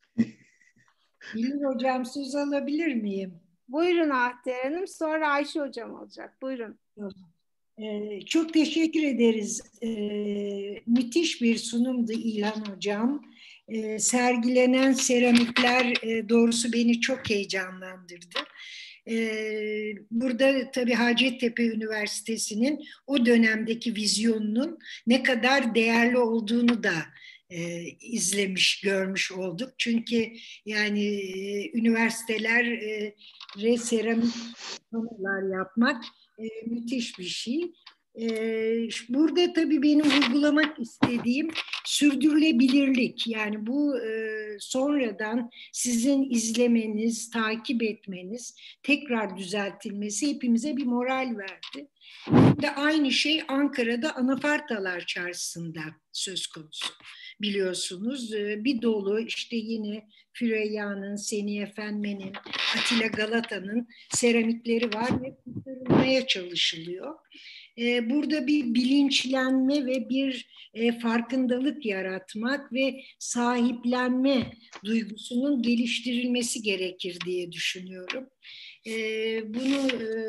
Bilin Hocam, söz alabilir miyim? Buyurun Ahter Hanım, sonra Ayşe Hocam olacak. Buyurun. Çok teşekkür ederiz. Müthiş bir sunumdu İlhan Hocam. Sergilenen seramikler doğrusu beni çok heyecanlandırdı. Burada tabii Hacettepe Üniversitesi'nin o dönemdeki vizyonunun ne kadar değerli olduğunu da izlemiş, görmüş olduk. Çünkü yani üniversiteler seramik panolar yapmak müthiş bir şey. Burada tabii benim vurgulamak istediğim sürdürülebilirlik. Yani bu sonradan sizin izlemeniz, takip etmeniz, tekrar düzeltilmesi hepimize bir moral verdi. Ve aynı şey Ankara'da Anafartalar Çarşısı'nda söz konusu. Biliyorsunuz bir dolu işte yine Füreyya'nın, Seniye Fenmen'in, Atilla Galata'nın seramikleri var ve kurtarılmaya çalışılıyor. Burada bir bilinçlenme ve bir farkındalık yaratmak ve sahiplenme duygusunun geliştirilmesi gerekir diye düşünüyorum. Bunu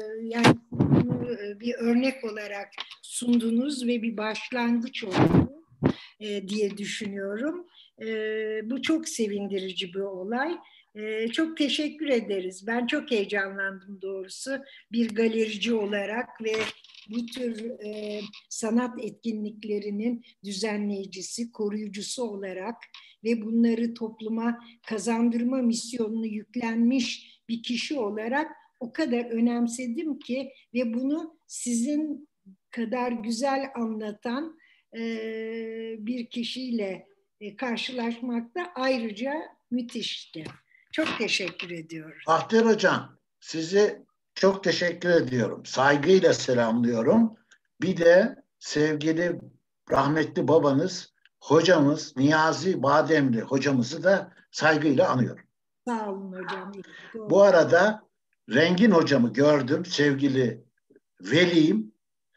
bir örnek olarak sundunuz ve bir başlangıç oldu diye düşünüyorum. Bu çok sevindirici bir olay. Çok teşekkür ederiz. Ben çok heyecanlandım doğrusu bir galerici olarak ve bu tür sanat etkinliklerinin düzenleyicisi, koruyucusu olarak ve bunları topluma kazandırma misyonunu yüklenmiş bir kişi olarak o kadar önemsedim ki ve bunu sizin kadar güzel anlatan bir kişiyle karşılaşmak da ayrıca müthişti. Çok teşekkür ediyorum. Ahter Hocam, sizi çok teşekkür ediyorum. Saygıyla selamlıyorum. Bir de sevgili rahmetli babanız, hocamız Niyazi Bademli hocamızı da saygıyla anıyorum. Sağ olun hocam. Bu arada Rengin hocamı gördüm, sevgili velim.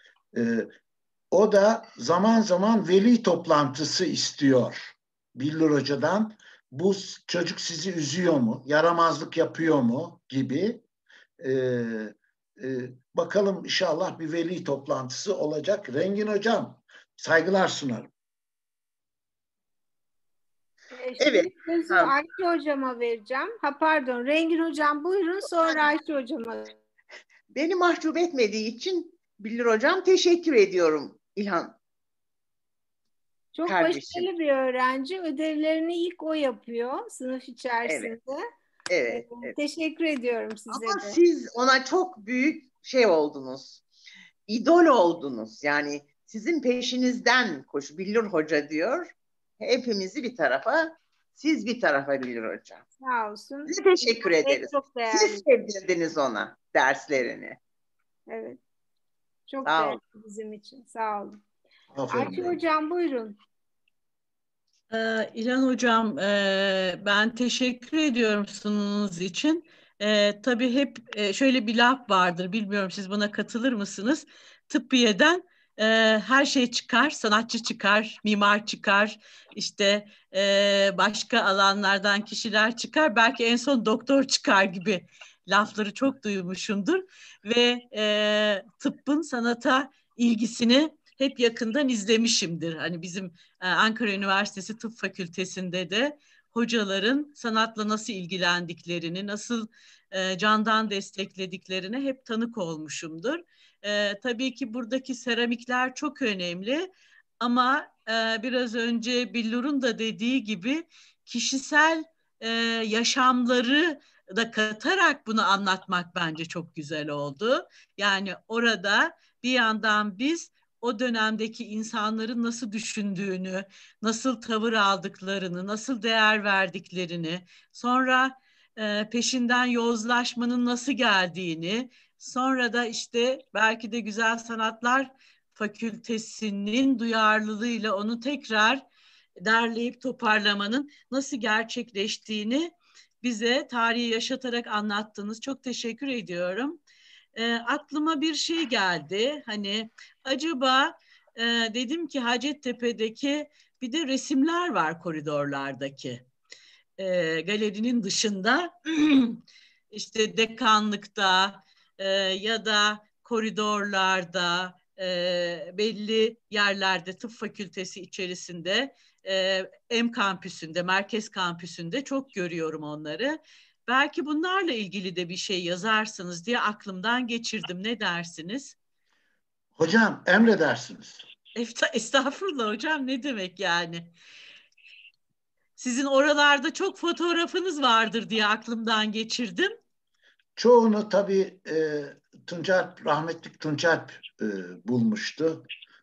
O da zaman zaman veli toplantısı istiyor Billur Hoca'dan. Bu çocuk sizi üzüyor mu, yaramazlık yapıyor mu gibi. Bakalım inşallah bir veli toplantısı olacak. Rengin Hocam, saygılar sunarım. Evet. Sözü Ayşe Hocam'a vereceğim. Pardon, Rengin Hocam buyurun, sonra Ayşe Hocam'a. Beni mahcup etmediği için Billur Hocam teşekkür ediyorum İlhan. Çok başarılı bir öğrenci. Ödevlerini ilk o yapıyor sınıf içerisinde. Evet. Teşekkür ediyorum size Ama de. siz ona çok büyük şey oldunuz. İdol oldunuz. Yani sizin peşinizden koş. Billur Hoca diyor. Hepimizi bir tarafa, siz bir tarafa Billur Hocam. Sağ olsun. Size teşekkür ederiz. Çok değerli. Siz sevdirdiniz ona derslerini. Evet. Çok Sağ değerli olun. bizim için. Sağ olun. Aferin. Ayşe Hocam buyurun. İlhan Hocam, ben teşekkür ediyorum sunumunuz için. Tabii hep şöyle bir laf vardır, bilmiyorum siz buna katılır mısınız? Tıbbiyeden her şey çıkar, sanatçı çıkar, mimar çıkar, işte başka alanlardan kişiler çıkar, belki en son doktor çıkar gibi lafları çok duymuşumdur. Ve tıbbın sanata ilgisini hep yakından izlemişimdir. Hani bizim Ankara Üniversitesi Tıp Fakültesi'nde de hocaların sanatla nasıl ilgilendiklerini, nasıl candan desteklediklerine hep tanık olmuşumdur. Tabii ki buradaki seramikler çok önemli ama biraz önce Billur'un da dediği gibi kişisel yaşamları da katarak bunu anlatmak bence çok güzel oldu. Yani orada bir yandan biz o dönemdeki insanların nasıl düşündüğünü, nasıl tavır aldıklarını, nasıl değer verdiklerini, sonra peşinden yozlaşmanın nasıl geldiğini, sonra da işte belki de Güzel Sanatlar Fakültesinin duyarlılığıyla onu tekrar derleyip toparlamanın nasıl gerçekleştiğini bize tarihi yaşatarak anlattınız. Çok teşekkür ediyorum. Aklıma bir şey geldi. Hani acaba dedim ki Hacettepe'deki bir de resimler var koridorlardaki. Galerinin dışında işte dekanlıkta ya da koridorlarda belli yerlerde tıp fakültesi içerisinde M kampüsünde, merkez kampüsünde çok görüyorum onları. Belki bunlarla ilgili de bir şey yazarsınız diye aklımdan geçirdim. Ne dersiniz? Hocam emredersiniz. Estağfurullah hocam, ne demek yani? Sizin oralarda çok fotoğrafınız vardır diye aklımdan geçirdim. Çoğunu tabii rahmetli Tunçalp bulmuştu.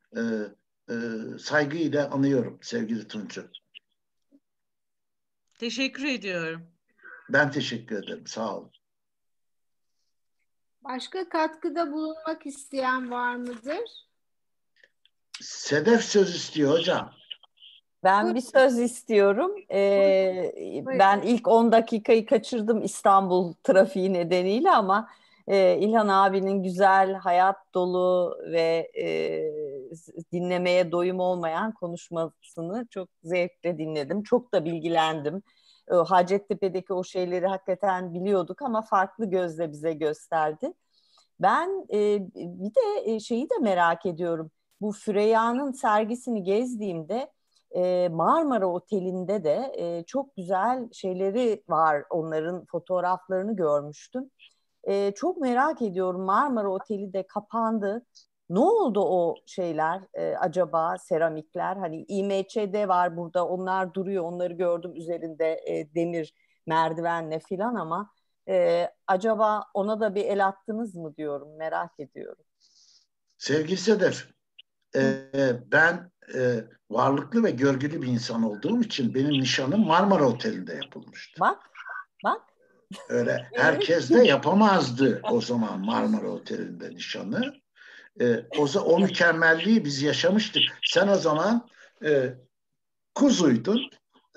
Saygıyla anıyorum sevgili Tunç'u. Teşekkür ediyorum. Ben teşekkür ederim. Sağ olun. Başka katkıda bulunmak isteyen var mıdır? Sedef söz istiyor hocam. Ben bir söz istiyorum. Ben ilk 10 dakikayı kaçırdım İstanbul trafiği nedeniyle ama İlhan abinin güzel, hayat dolu ve dinlemeye doyum olmayan konuşmasını çok zevkle dinledim. Çok da bilgilendim. Hacettepe'deki o şeyleri hakikaten biliyorduk ama farklı gözle bize gösterdi. Ben bir de şeyi de merak ediyorum. Bu Füreyya'nın sergisini gezdiğimde Marmara Oteli'nde de çok güzel şeyleri var. Onların fotoğraflarını görmüştüm. Çok merak ediyorum. Marmara Oteli de kapandı. Ne oldu o şeyler acaba seramikler? Hani İMÇ'de var burada. Onlar duruyor. Onları gördüm üzerinde demir merdivenle filan ama acaba ona da bir el attınız mı diyorum. Merak ediyorum. Sevgili Sedef, ben varlıklı ve görgülü bir insan olduğum için benim nişanım Marmara Oteli'nde yapılmıştı. Bak. Öyle herkes de yapamazdı o zaman Marmara Oteli'nde nişanı. O mükemmelliği biz yaşamıştık. Sen o zaman kuzuydun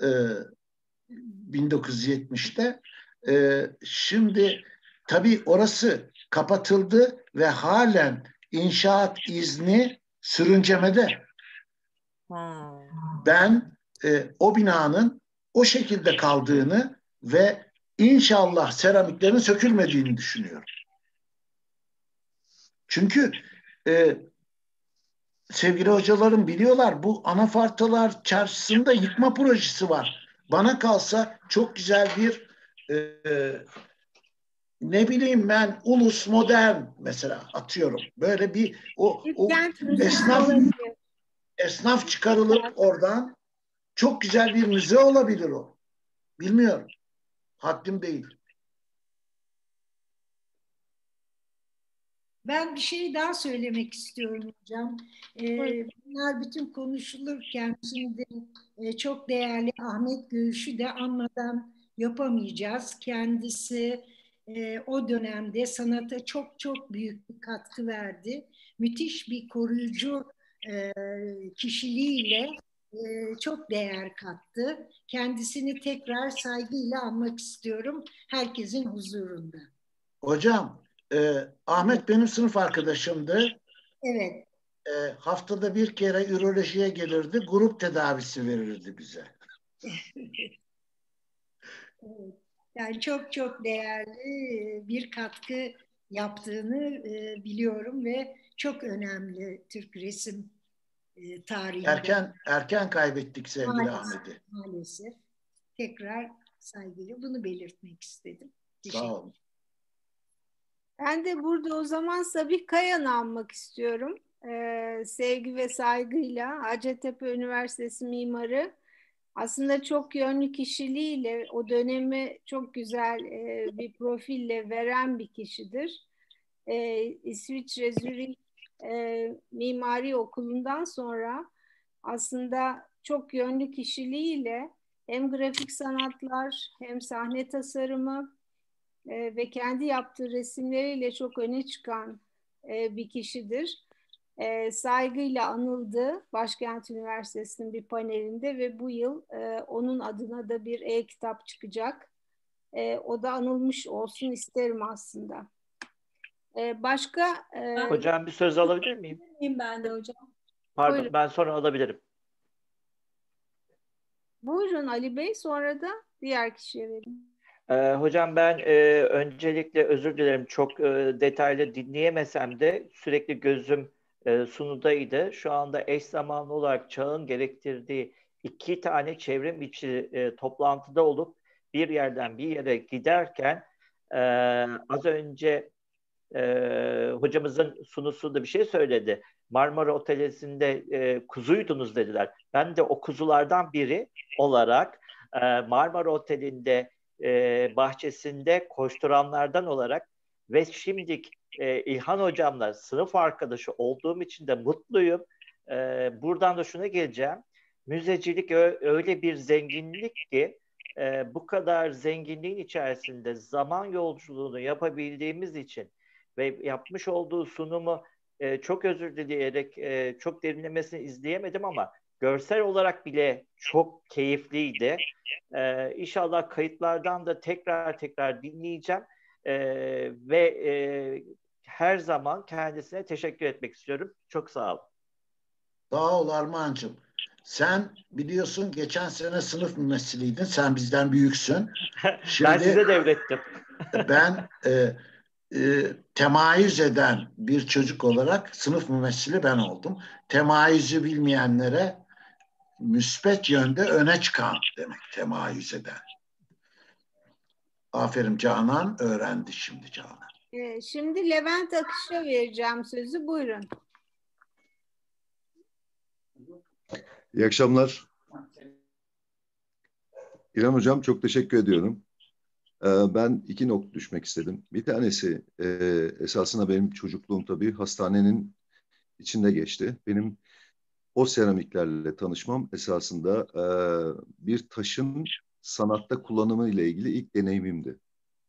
1970'te. Şimdi tabii orası kapatıldı ve halen inşaat izni sürüncemede. Ben o binanın o şekilde kaldığını ve inşallah seramiklerin sökülmediğini düşünüyorum. Çünkü sevgili hocalarım biliyorlar, bu Anafartalar Çarşısı'nda yıkma projesi var. Bana kalsa çok güzel bir ne bileyim ben ulus modern mesela atıyorum. Böyle bir o esnaf çıkarılıp oradan çok güzel bir müze olabilir o. Bilmiyorum. Haddim değil. Ben bir şey daha söylemek istiyorum hocam. Bunlar bütün konuşulurken şimdi çok değerli Ahmet Göğüş'ü de anmadan yapamayacağız. Kendisi o dönemde sanata çok çok büyük bir katkı verdi. Müthiş bir koruyucu kişiliğiyle çok değer kattı. Kendisini tekrar saygıyla anmak istiyorum herkesin huzurunda. Hocam, Ahmet benim sınıf arkadaşımdı. Evet. Haftada bir kere ürolojiye gelirdi, grup tedavisi verirdi bize. Evet. Yani çok çok değerli bir katkı yaptığını biliyorum ve çok önemli Türk resim tarihinde. Erken kaybettik sevgili Maalesef, Ahmet'i. maalesef. Tekrar saygıyla bunu belirtmek istedim. Sağ olun. Ben de burada o zaman Sabih Kayan'ı anmak istiyorum. Sevgi ve saygıyla Hacettepe Üniversitesi mimarı. Aslında çok yönlü kişiliğiyle o dönemi çok güzel bir profille veren bir kişidir. İsviçre Zürih Mimari Okulu'ndan sonra aslında çok yönlü kişiliğiyle hem grafik sanatlar hem sahne tasarımı ve kendi yaptığı resimleriyle çok öne çıkan bir kişidir. Saygıyla anıldı Başkent Üniversitesi'nin bir panelinde ve bu yıl onun adına da bir e-kitap çıkacak. O da anılmış olsun isterim aslında. Başka... Hocam bir söz alabilir miyim? Ben de hocam. Pardon, Buyurun. ben sonra alabilirim. Buyurun Ali Bey, sonra da diğer kişiye verin. Hocam ben öncelikle özür dilerim. Çok detaylı dinleyemesem de sürekli gözüm sunudaydı. Şu anda eş zamanlı olarak çağın gerektirdiği 2 tane çevrim içi toplantıda olup bir yerden bir yere giderken az önce hocamızın sunusunda bir şey söyledi. Marmara Otelesi'nde kuzuydunuz dediler. Ben de o kuzulardan biri olarak Marmara Oteli'nde bahçesinde koşturanlardan olarak ve şimdi İlhan hocamla sınıf arkadaşı olduğum için de mutluyum. Buradan da şuna geleceğim. Müzecilik öyle bir zenginlik ki bu kadar zenginliğin içerisinde zaman yolculuğunu yapabildiğimiz için ve yapmış olduğu sunumu çok özür dileyerek çok derinlemesine izleyemedim ama görsel olarak bile çok keyifliydi. İnşallah kayıtlardan da tekrar dinleyeceğim ve her zaman kendisine teşekkür etmek istiyorum. Çok sağ olun. Sağ ol Armağan'cığım. Sen biliyorsun geçen sene sınıf mümessiliydin. Sen bizden büyüksün. Şimdi, ben size devrettim. Ben temayüz eden bir çocuk olarak sınıf mümessili ben oldum. Temayüzü bilmeyenlere müspet yönde öne çıkan demek temayüz eden. Aferin Canan öğrendi şimdi Canan. Şimdi Levent Akış'a vereceğim sözü. Buyurun. İyi akşamlar. İlhan Hocam çok teşekkür ediyorum. Ben 2 nokta düşmek istedim. Bir tanesi esasında benim çocukluğum tabii hastanenin içinde geçti. Benim o seramiklerle tanışmam esasında bir taşın sanatta kullanımı ile ilgili ilk deneyimimdi.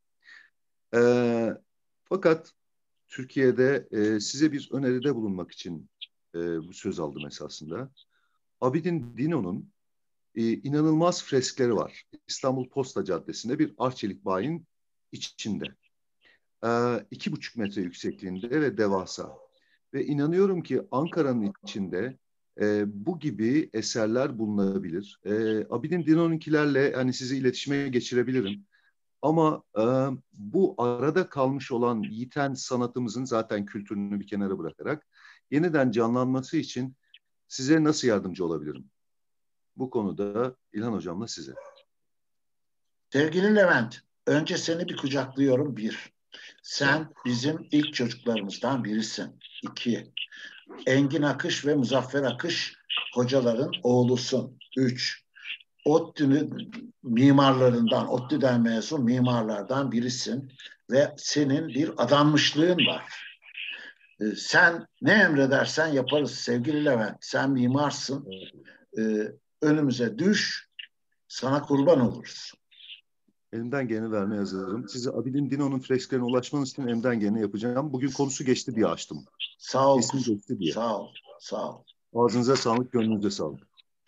Fakat Türkiye'de size bir öneride bulunmak için bu söz aldım esasında. Abidin Dino'nun inanılmaz freskleri var. İstanbul Posta Caddesi'nde bir Arçelik bayinin içinde. 2,5 metre yüksekliğinde ve devasa. Ve inanıyorum ki Ankara'nın içinde bu gibi eserler bulunabilir. Abidin Dino'nunkilerle hani sizi iletişime geçirebilirim. Ama bu arada kalmış olan yiten sanatımızın zaten kültürünü bir kenara bırakarak yeniden canlanması için size nasıl yardımcı olabilirim? Bu konuda İlhan Hocam'la size. Sevgili Levent, önce seni bir kucaklıyorum 1. Sen bizim ilk çocuklarımızdan birisin. 2. Engin Akış ve Muzaffer Akış hocaların oğlusun. 3. ODTÜ'nün mimarlarından, ODTÜ'den mezun mimarlardan birisin ve senin bir adanmışlığın var. Sen ne emredersen yaparız sevgili Levent. Sen mimarsın. Önümüze düş, sana kurban oluruz. Elimden geleni vermeye hazırım. Size Abidin Dino'nun fresklerine ulaşmanız için elimden geleni yapacağım. Bugün konusu geçti diye açtım. Sağ ol. İsmi geçti diye. Sağ ol. Sağ ol. Ağzınıza sağlık, gönlünüze sağlık.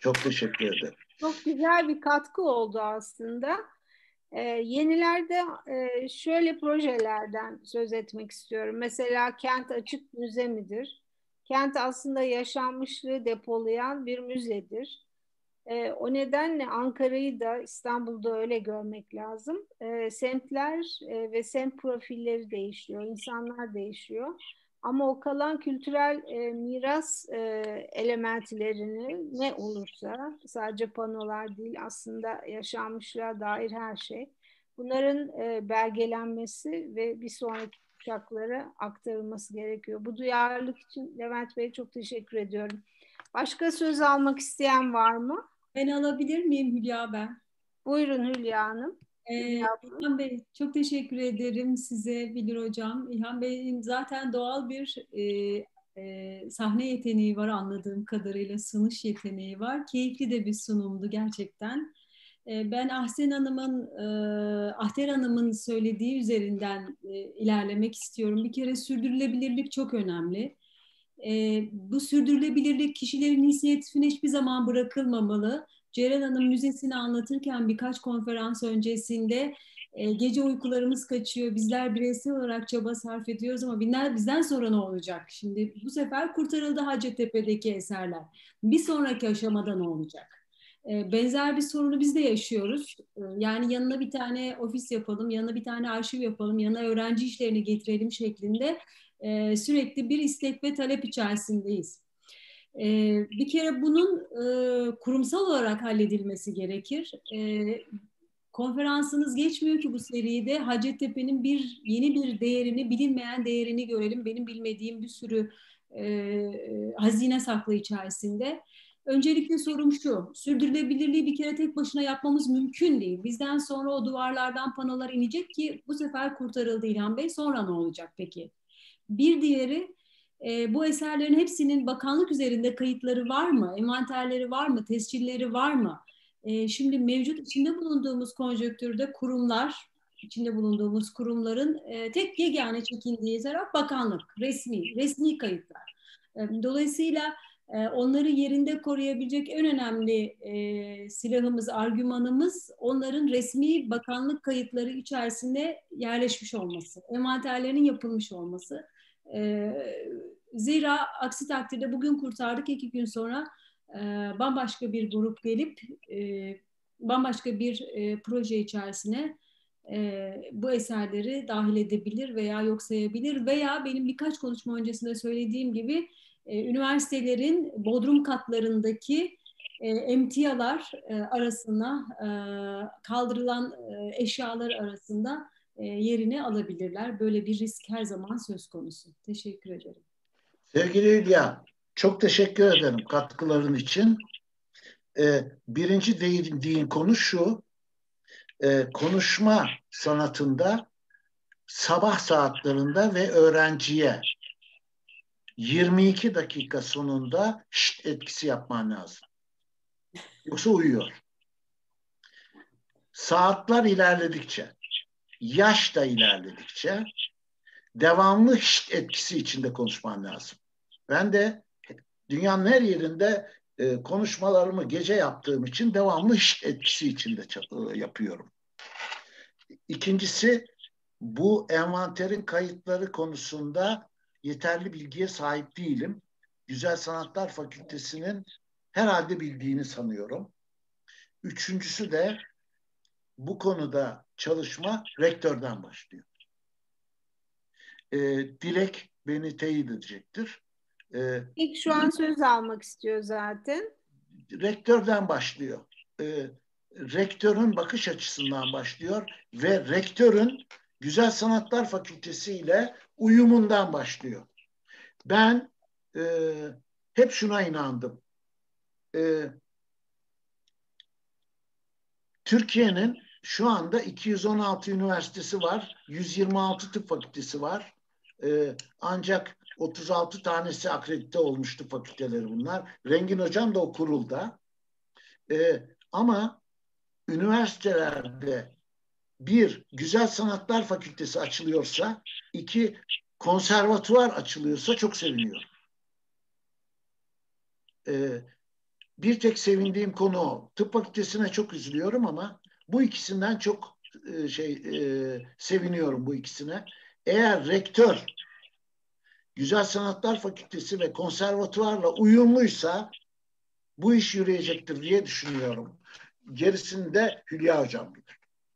Çok teşekkür ederim. Çok güzel bir katkı oldu aslında. Yenilerde şöyle projelerden söz etmek istiyorum. Mesela kent açık müze midir? Kent aslında yaşanmışlığı depolayan bir müzedir. O nedenle Ankara'yı da İstanbul'da öyle görmek lazım. Semtler ve semt profilleri değişiyor, insanlar değişiyor. Ama o kalan kültürel miras elementlerini ne olursa, sadece panolar değil aslında yaşanmışlığa dair her şey. Bunların belgelenmesi ve bir sonraki kuşaklara aktarılması gerekiyor. Bu duyarlılık için Levent Bey'e çok teşekkür ediyorum. Başka söz almak isteyen var mı? Ben alabilir miyim Hülya ben? Buyurun Hülya Hanım. İlhan Bey çok teşekkür ederim size Bilir Hocam. İlhan Bey'in zaten doğal bir sahne yeteneği var anladığım kadarıyla, sunuş yeteneği var. Keyifli de bir sunumdu gerçekten. Ben Ahter Hanım'ın söylediği üzerinden ilerlemek istiyorum. Bir kere sürdürülebilirlik çok önemli. Bu sürdürülebilirlik kişilerin inisiyatifine hiçbir zaman bırakılmamalı. Ceren Hanım müzesini anlatırken birkaç konferans öncesinde gece uykularımız kaçıyor, bizler bireysel olarak çaba sarf ediyoruz ama bizden sonra ne olacak? Şimdi bu sefer kurtarıldı Hacettepe'deki eserler. Bir sonraki aşamada ne olacak? Benzer bir sorunu biz de yaşıyoruz. Yani yanına bir tane ofis yapalım, yanına bir tane arşiv yapalım, yanına öğrenci işlerini getirelim şeklinde sürekli bir istek ve talep içerisindeyiz. Bir kere bunun kurumsal olarak halledilmesi gerekir. Konferansınız geçmiyor ki bu seride Hacettepe'nin yeni bir değerini, bilinmeyen değerini görelim. Benim bilmediğim bir sürü hazine saklı içerisinde. Öncelikle sorum şu, sürdürülebilirliği bir kere tek başına yapmamız mümkün değil. Bizden sonra o duvarlardan panolar inecek ki bu sefer kurtarıldı İlhan Bey. Sonra ne olacak peki? Bir diğeri, bu eserlerin hepsinin bakanlık üzerinde kayıtları var mı? Envanterleri var mı? Tescilleri var mı? Şimdi mevcut içinde bulunduğumuz konjonktürde içinde bulunduğumuz kurumların tek yegane çekindiği taraf bakanlık, resmi kayıtlar. Dolayısıyla onları yerinde koruyabilecek en önemli silahımız, argümanımız onların resmi bakanlık kayıtları içerisinde yerleşmiş olması, envanterlerinin yapılmış olması. Zira aksi takdirde bugün kurtardık, 2 gün sonra bambaşka bir grup gelip bambaşka bir proje içerisine bu eserleri dahil edebilir veya yok sayabilir veya benim birkaç konuşma öncesinde söylediğim gibi üniversitelerin bodrum katlarındaki emtialar arasına kaldırılan eşyalar arasında yerini alabilirler. Böyle bir risk her zaman söz konusu. Teşekkür ederim. Sevgili Hülya, çok teşekkür ederim katkıların için. Birinci değindiğin konu şu, konuşma sanatında sabah saatlerinde ve öğrenciye 22 dakika sonunda şşt etkisi yapman lazım. Yoksa uyuyor. Saatler ilerledikçe, yaş da ilerledikçe devamlı şşt etkisi içinde konuşman lazım. Ben de dünyanın her yerinde konuşmalarımı gece yaptığım için devamlı şşt etkisi içinde yapıyorum. İkincisi, bu envanterin kayıtları konusunda yeterli bilgiye sahip değilim. Güzel Sanatlar Fakültesi'nin herhalde bildiğini sanıyorum. Üçüncüsü de bu konuda çalışma rektörden başlıyor. Dilek beni teyit edecektir. İlk şu an söz almak istiyor zaten. Rektörden başlıyor. Rektörün bakış açısından başlıyor ve rektörün Güzel Sanatlar Fakültesi ile uyumundan başlıyor. Ben hep şuna inandım. Türkiye'nin şu anda 216 üniversitesi var, 126 tıp fakültesi var. Ancak 36 tanesi akredite olmuştu fakülteleri bunlar. Rengin Hocam da o kurulda. Ama üniversitelerde bir, Güzel Sanatlar Fakültesi açılıyorsa, 2, konservatuvar açılıyorsa çok seviniyorum. Bir tek sevindiğim konu o. Tıp fakültesine çok üzülüyorum ama bu ikisinden çok seviniyorum bu ikisine. Eğer rektör Güzel Sanatlar Fakültesi ve konservatuvarla uyumluysa bu iş yürüyecektir diye düşünüyorum. Gerisini de Hülya Hocam bilir.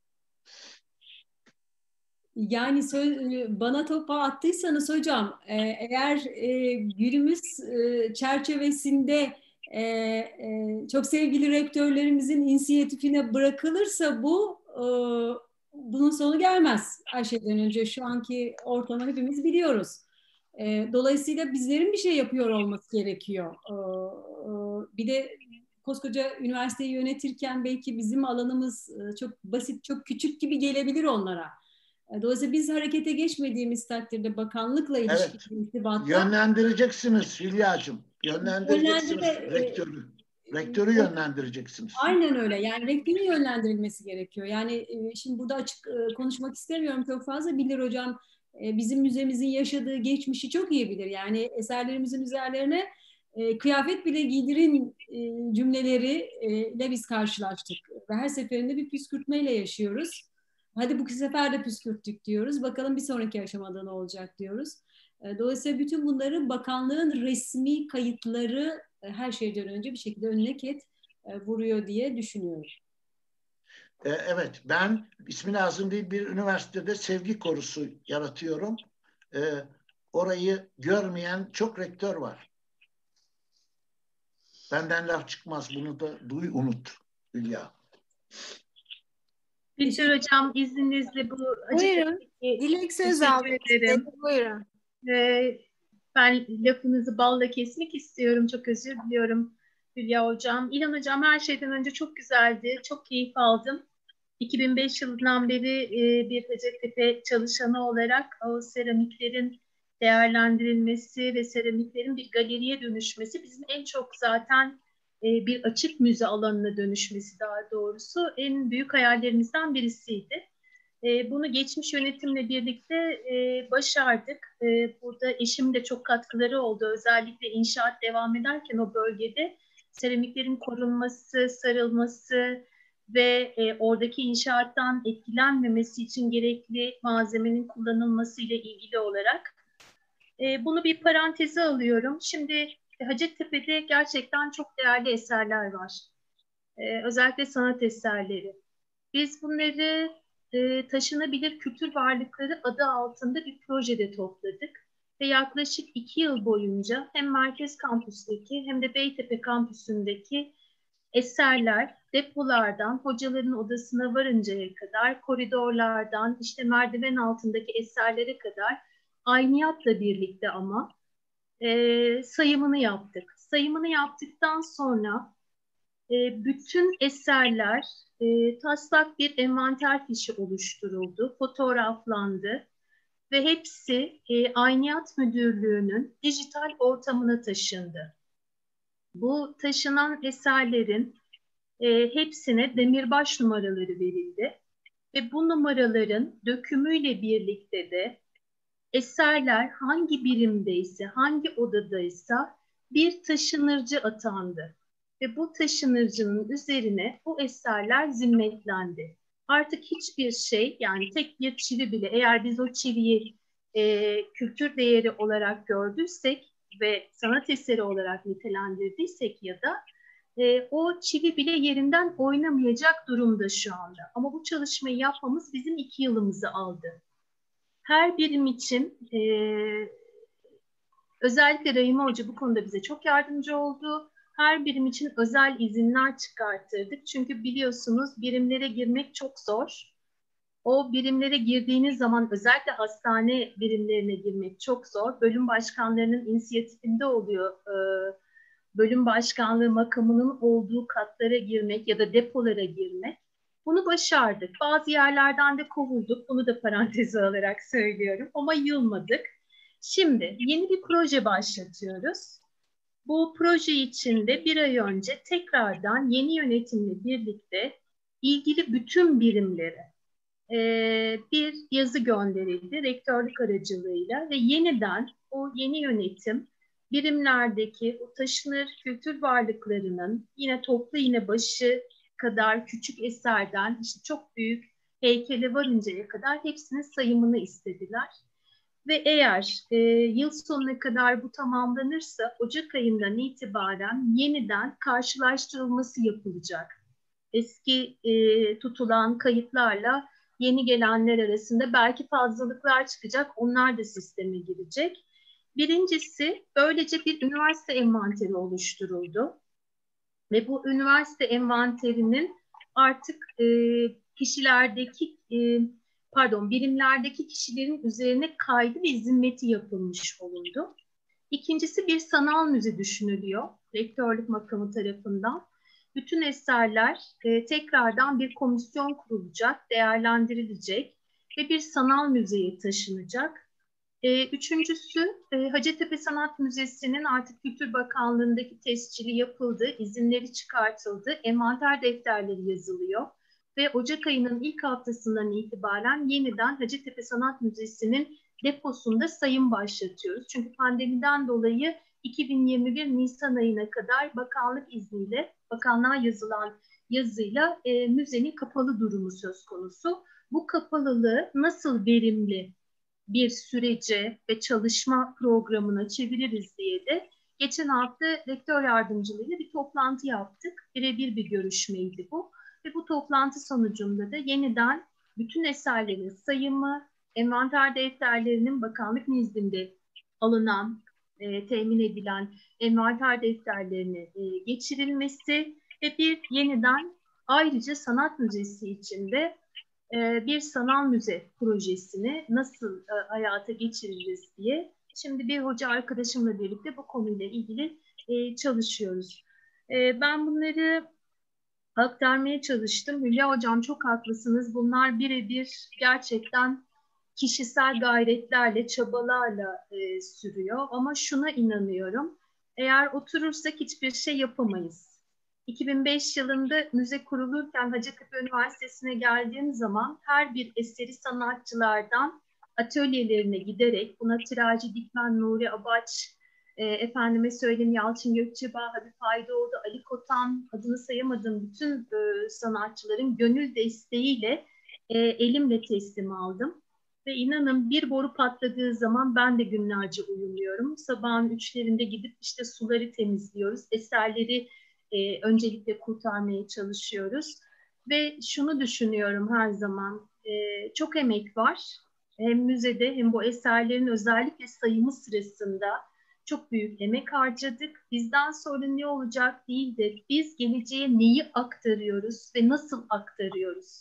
Yani bana topu attıysanız hocam, eğer günümüz çerçevesinde çok sevgili rektörlerimizin inisiyatifine bırakılırsa bunun sonu gelmez. Her şeyden önce şu anki ortamı hepimiz biliyoruz. Dolayısıyla bizlerin bir şey yapıyor olması gerekiyor. Bir de koskoca üniversiteyi yönetirken belki bizim alanımız çok basit, çok küçük gibi gelebilir onlara. Dolayısıyla biz harekete geçmediğimiz takdirde bakanlıkla ilişkili irtibatta... Yönlendireceksiniz Hülya'cığım. Yönlendireceksiniz rektörü. Rektörü yönlendireceksiniz. Aynen öyle. Yani rektörün yönlendirilmesi gerekiyor. Yani şimdi burada açık konuşmak istemiyorum çok fazla. Bilir hocam, bizim müzemizin yaşadığı geçmişi çok iyi bilir. Yani eserlerimizin üzerlerine kıyafet bile giydirin cümleleriyle biz karşılaştık. Ve her seferinde bir püskürtmeyle yaşıyoruz. Hadi bu sefer de püskürttük diyoruz. Bakalım bir sonraki aşamada ne olacak diyoruz. Dolayısıyla bütün bunları bakanlığın resmi kayıtları her şeyden önce bir şekilde önüne ket vuruyor diye düşünüyorum. Evet, ben ismi lazım değil bir üniversitede sevgi korusu yaratıyorum. Orayı görmeyen çok rektör var. Benden laf çıkmaz. Bunu da unut Hülya. Bilger Hocam izninizle bu Buyurun. Dilek söz almak istedim. Buyurun. Ben lafınızı balla kesmek istiyorum. Çok özür diliyorum Hülya Hocam. İlhan Hocam her şeyden önce çok güzeldi. Çok keyif aldım. 2005 yılından beri bir Hacettepe çalışanı olarak o seramiklerin değerlendirilmesi ve seramiklerin bir galeriye dönüşmesi bizim en çok zaten bir açık müze alanına dönüşmesi daha doğrusu en büyük hayallerimizden birisiydi. Bunu geçmiş yönetimle birlikte başardık. Burada eşimin de çok katkıları oldu. Özellikle inşaat devam ederken o bölgede seramiklerin korunması, sarılması ve oradaki inşaattan etkilenmemesi için gerekli malzemenin kullanılması ile ilgili olarak bunu bir paranteze alıyorum. Şimdi Hacettepe'de gerçekten çok değerli eserler var. Özellikle sanat eserleri. Biz bunları taşınabilir kültür varlıkları adı altında bir projede topladık. Ve yaklaşık 2 yıl boyunca hem Merkez Kampüs'teki hem de Beytepe Kampüsü'ndeki eserler depolardan hocaların odasına varıncaya kadar, koridorlardan işte merdiven altındaki eserlere kadar ayniyatla birlikte ama sayımını yaptık. Sayımını yaptıktan sonra bütün eserler taslak bir envanter fişi oluşturuldu, fotoğraflandı ve hepsi Ayniyat Müdürlüğü'nün dijital ortamına taşındı. Bu taşınan eserlerin hepsine demirbaş numaraları verildi ve bu numaraların dökümüyle birlikte de eserler hangi birimdeyse, hangi odadaysa bir taşınırcı atandı. Ve bu taşınırcının üzerine bu eserler zimmetlendi. Artık hiçbir şey, yani tek bir çivi bile, eğer biz o çiviyi kültür değeri olarak gördüysek ve sanat eseri olarak nitelendirdiysek ya da o çivi bile yerinden oynamayacak durumda şu anda. Ama bu çalışmayı yapmamız bizim 2 yılımızı aldı. Her birim için özellikle Rahime Hoca bu konuda bize çok yardımcı oldu. Her birim için özel izinler çıkarttırdık. Çünkü biliyorsunuz birimlere girmek çok zor. O birimlere girdiğiniz zaman özellikle hastane birimlerine girmek çok zor. Bölüm başkanlarının inisiyatifinde oluyor. Bölüm başkanlığı makamının olduğu katlara girmek ya da depolara girmek. Bunu başardık. Bazı yerlerden de kovulduk. Bunu da paranteze alarak söylüyorum. Ama yılmadık. Şimdi yeni bir proje başlatıyoruz. Bu proje içinde 1 ay önce tekrardan yeni yönetimle birlikte ilgili bütün birimlere bir yazı gönderildi rektörlük aracılığıyla ve yeniden o yeni yönetim birimlerdeki o taşınır kültür varlıklarının yine toplu iğne başı kadar küçük eserden işte çok büyük heykele varıncaya kadar hepsinin sayımını istediler. Ve eğer yıl sonuna kadar bu tamamlanırsa Ocak ayından itibaren yeniden karşılaştırılması yapılacak. Eski tutulan kayıtlarla yeni gelenler arasında belki fazlalıklar çıkacak, onlar da sisteme girecek. Birincisi, böylece bir üniversite envanteri oluşturuldu. Ve bu üniversite envanterinin artık birimlerdeki kişilerin üzerine kaydı ve zimmeti yapılmış olundu. İkincisi, bir sanal müze düşünülüyor rektörlük makamı tarafından. Bütün eserler tekrardan bir komisyon kurulacak, değerlendirilecek ve bir sanal müzeye taşınacak. Üçüncüsü, Hacettepe Sanat Müzesi'nin artık Kültür Bakanlığı'ndaki tescili yapıldı, izinleri çıkartıldı, envanter defterleri yazılıyor ve Ocak ayının ilk haftasından itibaren yeniden Hacettepe Sanat Müzesi'nin deposunda sayım başlatıyoruz. Çünkü pandemiden dolayı 2021 Nisan ayına kadar bakanlık izniyle, bakanlığa yazılan yazıyla müzenin kapalı durumu söz konusu. Bu kapalılığı nasıl verimli bir sürece ve çalışma programına çeviririz diye de geçen hafta rektör yardımcılığıyla bir toplantı yaptık. Birebir bir görüşmeydi bu. Ve bu toplantı sonucunda da yeniden bütün eserlerin sayımı, envanter defterlerinin bakanlık nezdinde alınan, temin edilen envanter defterlerine geçirilmesi ve bir yeniden ayrıca sanat müzesi içinde bir sanal müze projesini nasıl hayata geçiririz diye şimdi bir hoca arkadaşımla birlikte bu konuyla ilgili çalışıyoruz. Ben bunları aktarmaya çalıştım. Hülya Hocam çok haklısınız. Bunlar birebir gerçekten kişisel gayretlerle, çabalarla sürüyor. Ama şuna inanıyorum. Eğer oturursak hiçbir şey yapamayız. 2005 yılında müze kurulurken Hacettepe Üniversitesi'ne geldiğim zaman her bir eseri sanatçılardan atölyelerine giderek buna Tiracı Dikmen, Nuri Abaç, efendime söyleyeyim Yalçın Gökçebağ, Habib Haydoğdu, Ali Kotan, adını sayamadığım bütün sanatçıların gönül desteğiyle elimle teslim aldım. Ve inanın bir boru patladığı zaman ben de günlerce uyumuyorum. Sabahın 3'lerinde gidip işte suları temizliyoruz. Eserleri öncelikle kurtarmaya çalışıyoruz. Ve şunu düşünüyorum her zaman. Çok emek var. Hem müzede hem bu eserlerin özellikle sayımı sırasında çok büyük emek harcadık. Bizden sonra ne olacak değil de biz geleceğe neyi aktarıyoruz ve nasıl aktarıyoruz?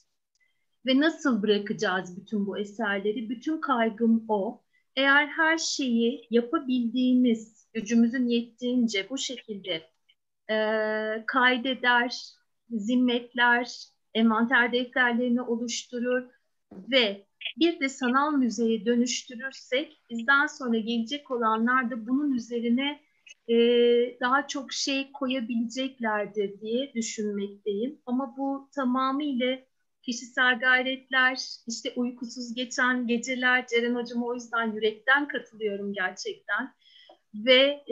Ve nasıl bırakacağız bütün bu eserleri? Bütün kaygım o. Eğer her şeyi yapabildiğimiz, gücümüzün yettiğince bu şekilde kaydeder, zimmetler, envanter defterlerini oluşturur ve bir de sanal müzeye dönüştürürsek bizden sonra gelecek olanlar da bunun üzerine daha çok şey koyabileceklerdir diye düşünmekteyim. Ama bu tamamıyla kişisel gayretler, işte uykusuz geçen geceler, Ceren Hocama o yüzden yürekten katılıyorum gerçekten. Ve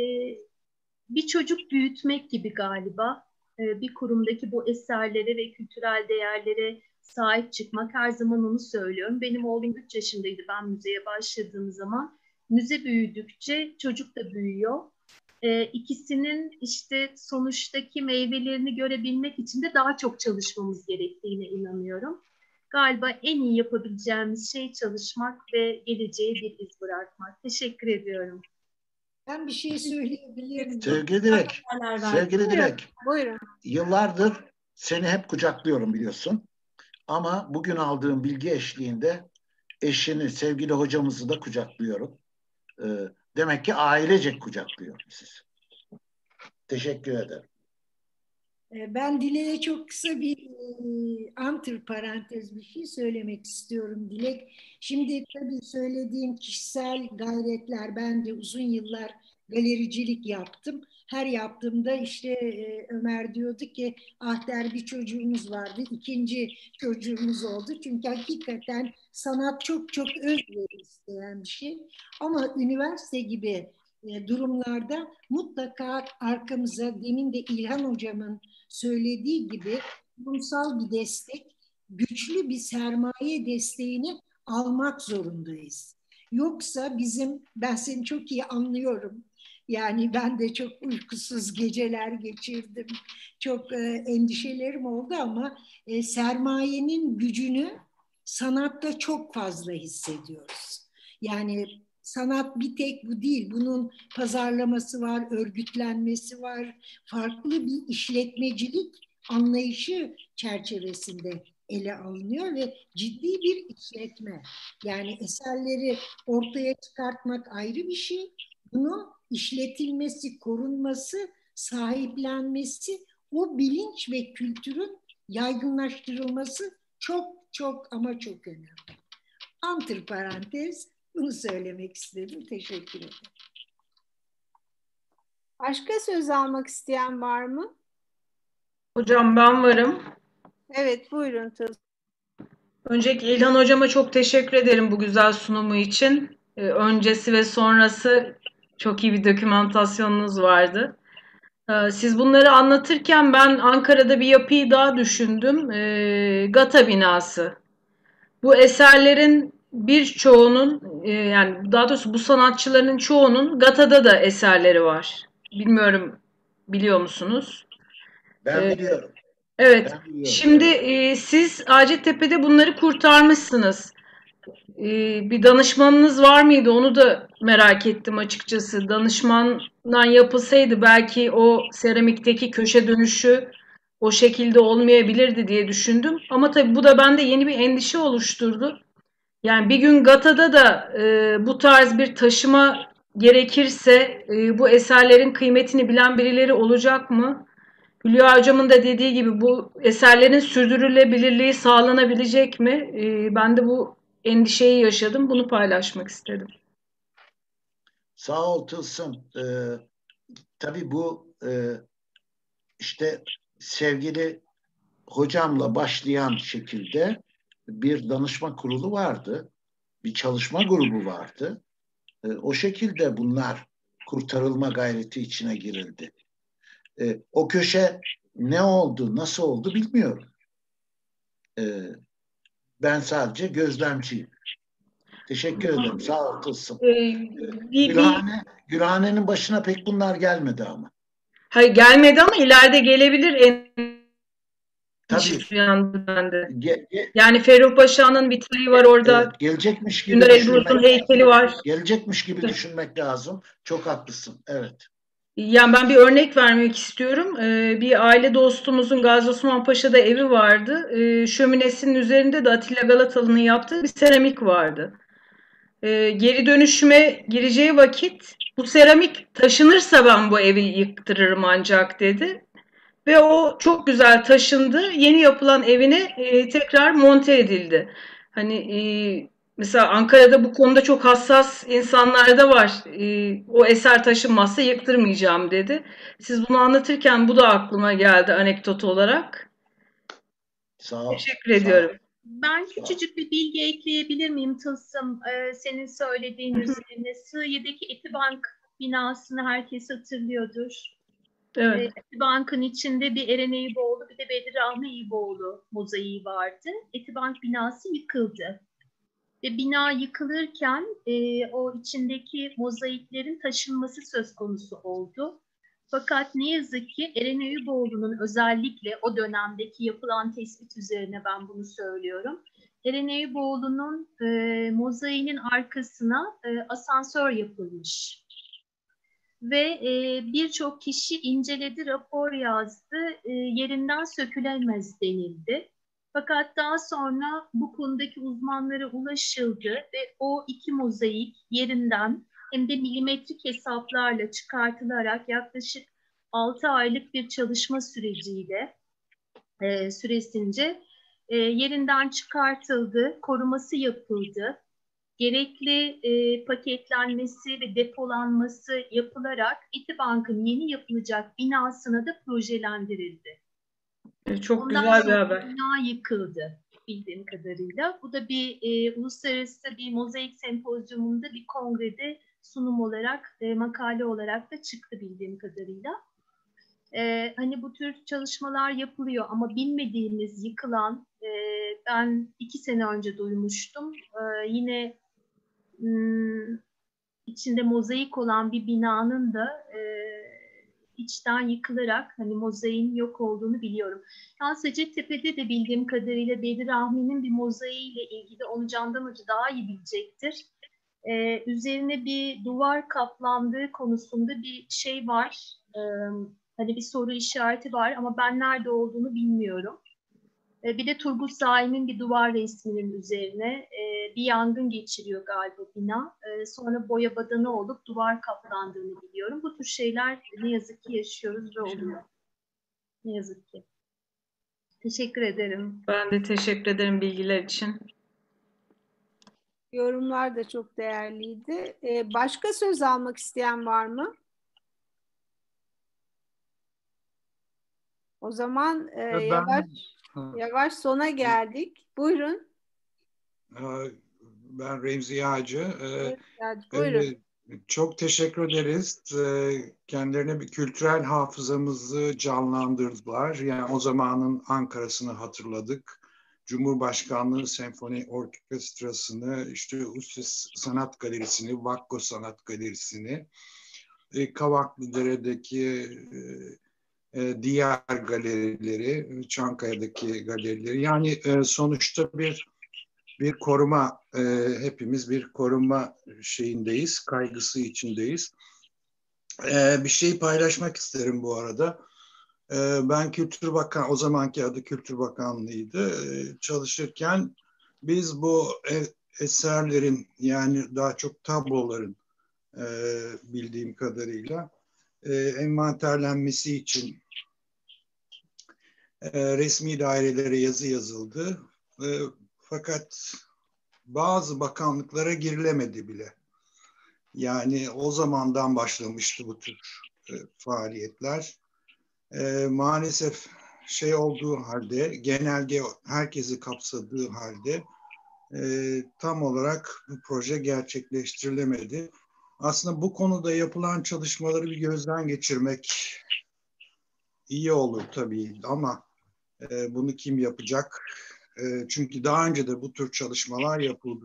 bir çocuk büyütmek gibi galiba bir kurumdaki bu eserlere ve kültürel değerlere sahip çıkmak, her zaman onu söylüyorum. Benim oğlum 3 yaşındaydı ben müzeye başladığım zaman. Müze büyüdükçe çocuk da büyüyor. İkisinin işte sonuçtaki meyvelerini görebilmek için de daha çok çalışmamız gerektiğine inanıyorum. Galiba en iyi yapabileceğimiz şey çalışmak ve geleceğe bir iz bırakmak. Teşekkür ediyorum. Ben bir şey söyleyebilirim. Sevgili Dilek, Buyurun. Yıllardır seni hep kucaklıyorum biliyorsun. Ama bugün aldığım bilgi eşliğinde eşini, sevgili hocamızı da kucaklıyorum. Demek ki ailecek kucaklıyor siz. Teşekkür ederim. Ben Dilek'e çok kısa bir antiparantez bir şey söylemek istiyorum Dilek. Şimdi tabii söylediğin kişisel gayretler, ben de uzun yıllar galericilik yaptım. Her yaptığımda işte Ömer diyordu ki ah der bir çocuğumuz vardı, ikinci çocuğumuz oldu. Çünkü hakikaten sanat çok çok özveri isteyen bir şey. Ama üniversite gibi durumlarda mutlaka arkamıza, demin de İlhan Hocam'ın söylediği gibi, kurumsal bir destek, güçlü bir sermaye desteğini almak zorundayız. Yoksa ben seni çok iyi anlıyorum. Yani ben de çok uykusuz geceler geçirdim. Çok endişelerim oldu ama sermayenin gücünü sanatta çok fazla hissediyoruz. Yani sanat bir tek bu değil. Bunun pazarlaması var, örgütlenmesi var. Farklı bir işletmecilik anlayışı çerçevesinde ele alınıyor ve ciddi bir işletme. Yani eserleri ortaya çıkartmak ayrı bir şey. Bunun işletilmesi, korunması, sahiplenmesi, o bilinç ve kültürün yaygınlaştırılması çok çok ama çok önemli. Antiparantez, bunu söylemek istedim. Teşekkür ederim. Başka söz almak isteyen var mı? Hocam ben varım. Evet, buyurun Tılsım. Öncelikle İlhan Hocama çok teşekkür ederim bu güzel sunumu için. Öncesi ve sonrası çok iyi bir dokümantasyonunuz vardı. Siz bunları anlatırken ben Ankara'da bir yapıyı daha düşündüm. Gata binası. Bu eserlerin birçoğunun, yani daha doğrusu bu sanatçıların çoğunun Gata'da da eserleri var. Bilmiyorum, biliyor musunuz? Ben biliyorum. Evet. Ben biliyorum. Şimdi siz Hacettepe'de bunları kurtarmışsınız. Bir danışmanınız var mıydı? Onu da merak ettim açıkçası. Danışmandan yapılsaydı belki o seramikteki köşe dönüşü o şekilde olmayabilirdi diye düşündüm. Ama tabii bu da bende yeni bir endişe oluşturdu. Yani bir gün Gata'da da bu tarz bir taşıma gerekirse bu eserlerin kıymetini bilen birileri olacak mı? Hülya Hocam'ın da dediği gibi bu eserlerin sürdürülebilirliği sağlanabilecek mi? Ben de bu endişeyi yaşadım. Bunu paylaşmak istedim. Sağ ol Tılsım. Tabii bu işte sevgili hocamla başlayan şekilde bir danışma kurulu vardı. Bir çalışma grubu vardı. O şekilde bunlar kurtarılma gayreti içine girildi. O köşe ne oldu, nasıl oldu bilmiyorum. Ben sadece gözlemciyim. Teşekkür ederim. Sağ ol Tılsım. Gülhane'nin başına pek bunlar gelmedi ama. Hayır gelmedi ama ileride gelebilir. Tabii. Yani Ferruh Paşa'nın bir tarihi var orada. Evet, gelecekmiş gibi düşünmek, heykeli var. Gelecekmiş gibi düşünmek lazım. Çok haklısın. Evet. Yani ben bir örnek vermek istiyorum. Bir aile dostumuzun Gazi Osman Paşa'da evi vardı. Şöminesinin üzerinde de Atilla Galatalı'nın yaptığı bir seramik vardı. Geri dönüşüme gireceği vakit bu seramik taşınırsa ben bu evi yıktırırım ancak dedi. Ve o çok güzel taşındı. Yeni yapılan evine tekrar monte edildi. Hani mesela Ankara'da bu konuda çok hassas insanlar da var. O eser taşınmazsa yıktırmayacağım dedi. Siz bunu anlatırken bu da aklıma geldi anekdot olarak. Sağ ol. Teşekkür ediyorum. Ben küçücük bir bilgi ekleyebilir miyim Tılsım? Senin söylediğin üzerine. Sığıye'deki Etibank binasını herkes hatırlıyordur. Evet. Etibank'ın içinde bir Eren Eyüboğlu bir de Bedri Rahmi Eyüboğlu mozaiği vardı. Etibank binası yıkıldı. Ve bina yıkılırken o içindeki mozaiklerin taşınması söz konusu oldu. Fakat ne yazık ki Eren Eyüboğlu'nun özellikle o dönemdeki yapılan tespit üzerine ben bunu söylüyorum. Eren Eyüboğlu'nun mozaiğinin arkasına asansör yapılmış. Ve birçok kişi inceledi, rapor yazdı, yerinden sökülemez denildi. Fakat daha sonra bu konudaki uzmanlara ulaşıldı ve o iki mozaik yerinden hem de milimetrik hesaplarla çıkartılarak yaklaşık 6 aylık bir çalışma süresince yerinden çıkartıldı, koruması yapıldı. Gerekli paketlenmesi ve depolanması yapılarak Etibank'ın yeni yapılacak binasına da projelendirildi. Çok güzel bir haber. Bina yıkıldı bildiğim kadarıyla. Bu da bir uluslararası bir mozaik sempozyumunda bir kongrede sunum olarak, makale olarak da çıktı bildiğim kadarıyla. Hani bu tür çalışmalar yapılıyor ama bilmediğimiz, yıkılan, ben 2 sene önce duymuştum. Yine içinde mozaik olan bir binanın da içten yıkılarak hani mozaiğin yok olduğunu biliyorum. Hacettepe'de de bildiğim kadarıyla Bedir Rahmi'nin bir mozaiğiyle ilgili onu Candan Hoca daha iyi bilecektir. Üzerine bir duvar kaplandığı konusunda bir şey var. Hani bir soru işareti var ama ben nerede olduğunu bilmiyorum. Bir de Turgut Zaim'in bir duvar resminin üzerine bir yangın geçiriyor galiba bina. Sonra boya badana olup duvar kaplandığını biliyorum. Bu tür şeyler ne yazık ki yaşıyoruz ve oluyor. Ne yazık ki. Teşekkür ederim. Ben de teşekkür ederim bilgiler için. Yorumlar da çok değerliydi. Başka söz almak isteyen var mı? O zaman yavaş sona geldik. Buyurun. Ben Remzi Yağcı. Buyurun. Çok teşekkür ederiz. Kendilerine bir kültürel hafızamızı canlandırdılar. Yani o zamanın Ankara'sını hatırladık. Cumhurbaşkanlığı Senfoni Orkestrası'nı, işte Uluslararası Sanat Galerisi'ni, Vakko Sanat Galerisi'ni, Kavaklıdere'deki diğer galerileri, Çankaya'daki galerileri. Yani sonuçta bir koruma, hepimiz bir koruma şeyindeyiz, kaygısı içindeyiz. Bir şey paylaşmak isterim bu arada. Ben Kültür Bakan, o zamanki adı Kültür Bakanlığı'ydı. Çalışırken biz bu eserlerin, yani daha çok tabloların bildiğim kadarıyla envanterlenmesi için resmi dairelere yazı yazıldı. Fakat bazı bakanlıklara girilemedi bile. Yani o zamandan başlamıştı bu tür faaliyetler. Maalesef şey olduğu halde, genelge herkesi kapsadığı halde tam olarak bu proje gerçekleştirilemedi. Aslında bu konuda yapılan çalışmaları bir gözden geçirmek iyi olur tabii ama bunu kim yapacak? Çünkü daha önce de bu tür çalışmalar yapıldı.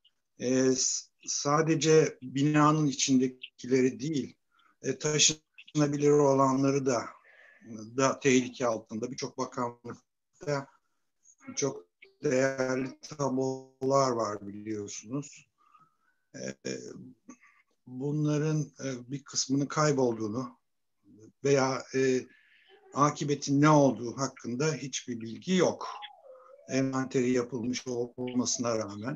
Sadece binanın içindekileri değil, taşınabilir olanları da tehlike altında. Birçok bakanlıkta çok değerli tablolar var biliyorsunuz. Bunların bir kısmının kaybolduğunu veya akıbetin ne olduğu hakkında hiçbir bilgi yok. Envanteri yapılmış olmasına rağmen.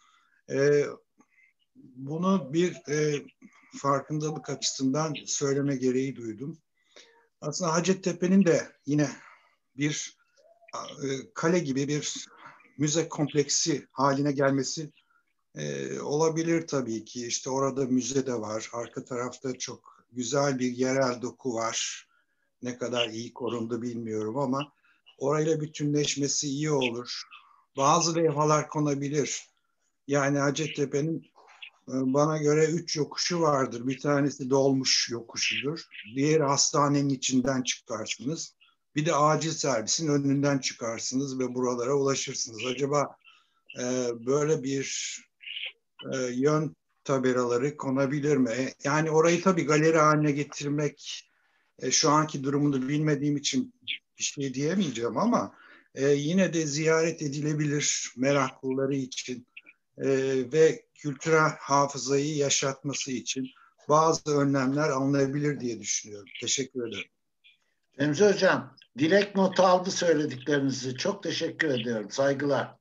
Bunu bir farkındalık açısından söyleme gereği duydum. Aslında Hacettepe'nin de yine bir kale gibi bir müze kompleksi haline gelmesi olabilir tabii ki. İşte orada müze de var. Arka tarafta çok güzel bir yerel doku var. Ne kadar iyi korundu bilmiyorum ama orayla bütünleşmesi iyi olur. Bazı levhalar konabilir. Yani Hacettepe'nin bana göre 3 yokuşu vardır. Bir tanesi dolmuş yokuşudur. Diğeri hastanenin içinden çıkarsınız. Bir de acil servisin önünden çıkarsınız ve buralara ulaşırsınız. Acaba böyle bir yön tabelaları konabilir mi? Yani orayı tabii galeri haline getirmek şu anki durumunu bilmediğim için bir şey diyemeyeceğim ama yine de ziyaret edilebilir meraklıları için ve kültürel hafızayı yaşatması için bazı önlemler alınabilir diye düşünüyorum. Teşekkür ederim. Remzi Hocam, dilek notu aldı söylediklerinizi. Çok teşekkür ediyorum. Saygılar.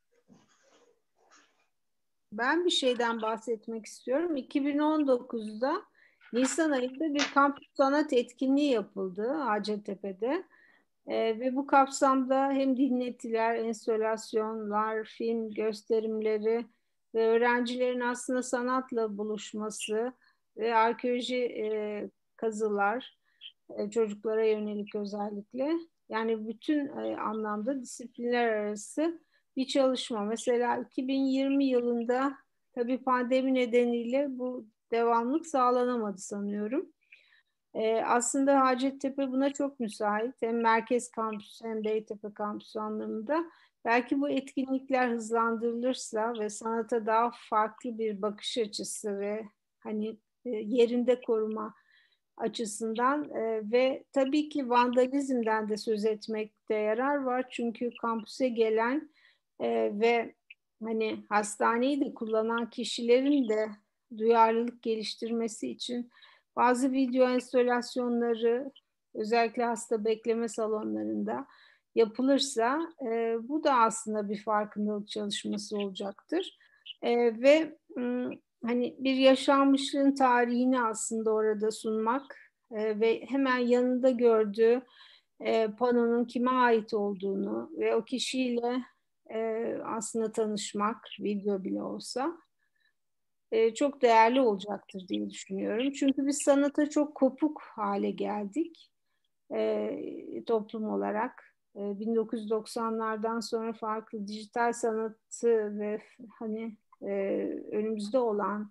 Ben bir şeyden bahsetmek istiyorum. 2019'da Nisan ayında bir kampüs sanat etkinliği yapıldı Hacettepe'de. Ve bu kapsamda hem dinletiler, enstalasyonlar, film gösterimleri ve öğrencilerin aslında sanatla buluşması ve arkeoloji kazılar, çocuklara yönelik özellikle. Yani bütün anlamda disiplinler arası bir çalışma. Mesela 2020 yılında tabii pandemi nedeniyle bu devamlık sağlanamadı sanıyorum. Aslında Hacettepe buna çok müsait. Hem Merkez Kampüsü hem Beytepe Kampüsü anlamında. Belki bu etkinlikler hızlandırılırsa ve sanata daha farklı bir bakış açısı ve hani yerinde koruma açısından ve tabii ki vandalizmden de söz etmekte yarar var. Çünkü kampüse gelen ve hani hastaneyi de kullanan kişilerin de duyarlılık geliştirmesi için bazı video enstalasyonları özellikle hasta bekleme salonlarında yapılırsa bu da aslında bir farkındalık çalışması olacaktır. Ve hani bir yaşanmışlığın tarihini aslında orada sunmak ve hemen yanında gördüğü panonun kime ait olduğunu ve o kişiyle aslında tanışmak, video bile olsa çok değerli olacaktır diye düşünüyorum. Çünkü biz sanata çok kopuk hale geldik toplum olarak. 1990'lardan sonra farklı dijital sanatı ve hani önümüzde olan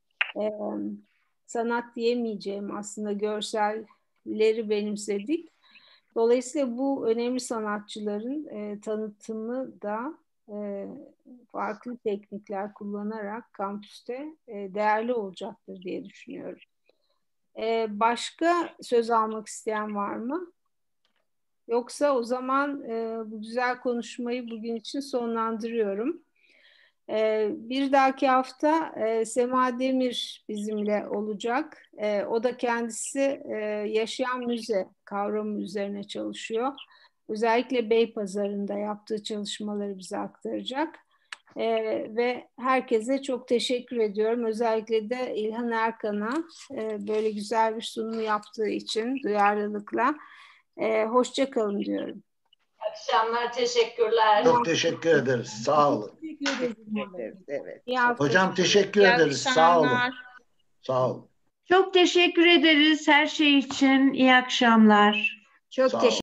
sanat diyemeyeceğim aslında görselleri benimsedik. Dolayısıyla bu önemli sanatçıların tanıtımı da farklı teknikler kullanarak kampüste değerli olacaktır diye düşünüyorum. Başka söz almak isteyen var mı? Yoksa o zaman bu güzel konuşmayı bugün için sonlandırıyorum. Bir dahaki hafta Sema Demir bizimle olacak. O da kendisi yaşayan müze kavramı üzerine çalışıyor. Özellikle Beypazarı'nda yaptığı çalışmaları bize aktaracak. Ve herkese çok teşekkür ediyorum. Özellikle de İlhan Erkan'a böyle güzel bir sunum yaptığı için duyarlılıkla. Hoşça kalın diyorum. İyi akşamlar, teşekkürler. Çok teşekkür ederiz. Sağ olun. Teşekkür ederiz. Evet. Hocam teşekkür ederiz. Sağ olun. Sağ olun. Çok teşekkür ederiz her şey için. İyi akşamlar. Çok teşekkür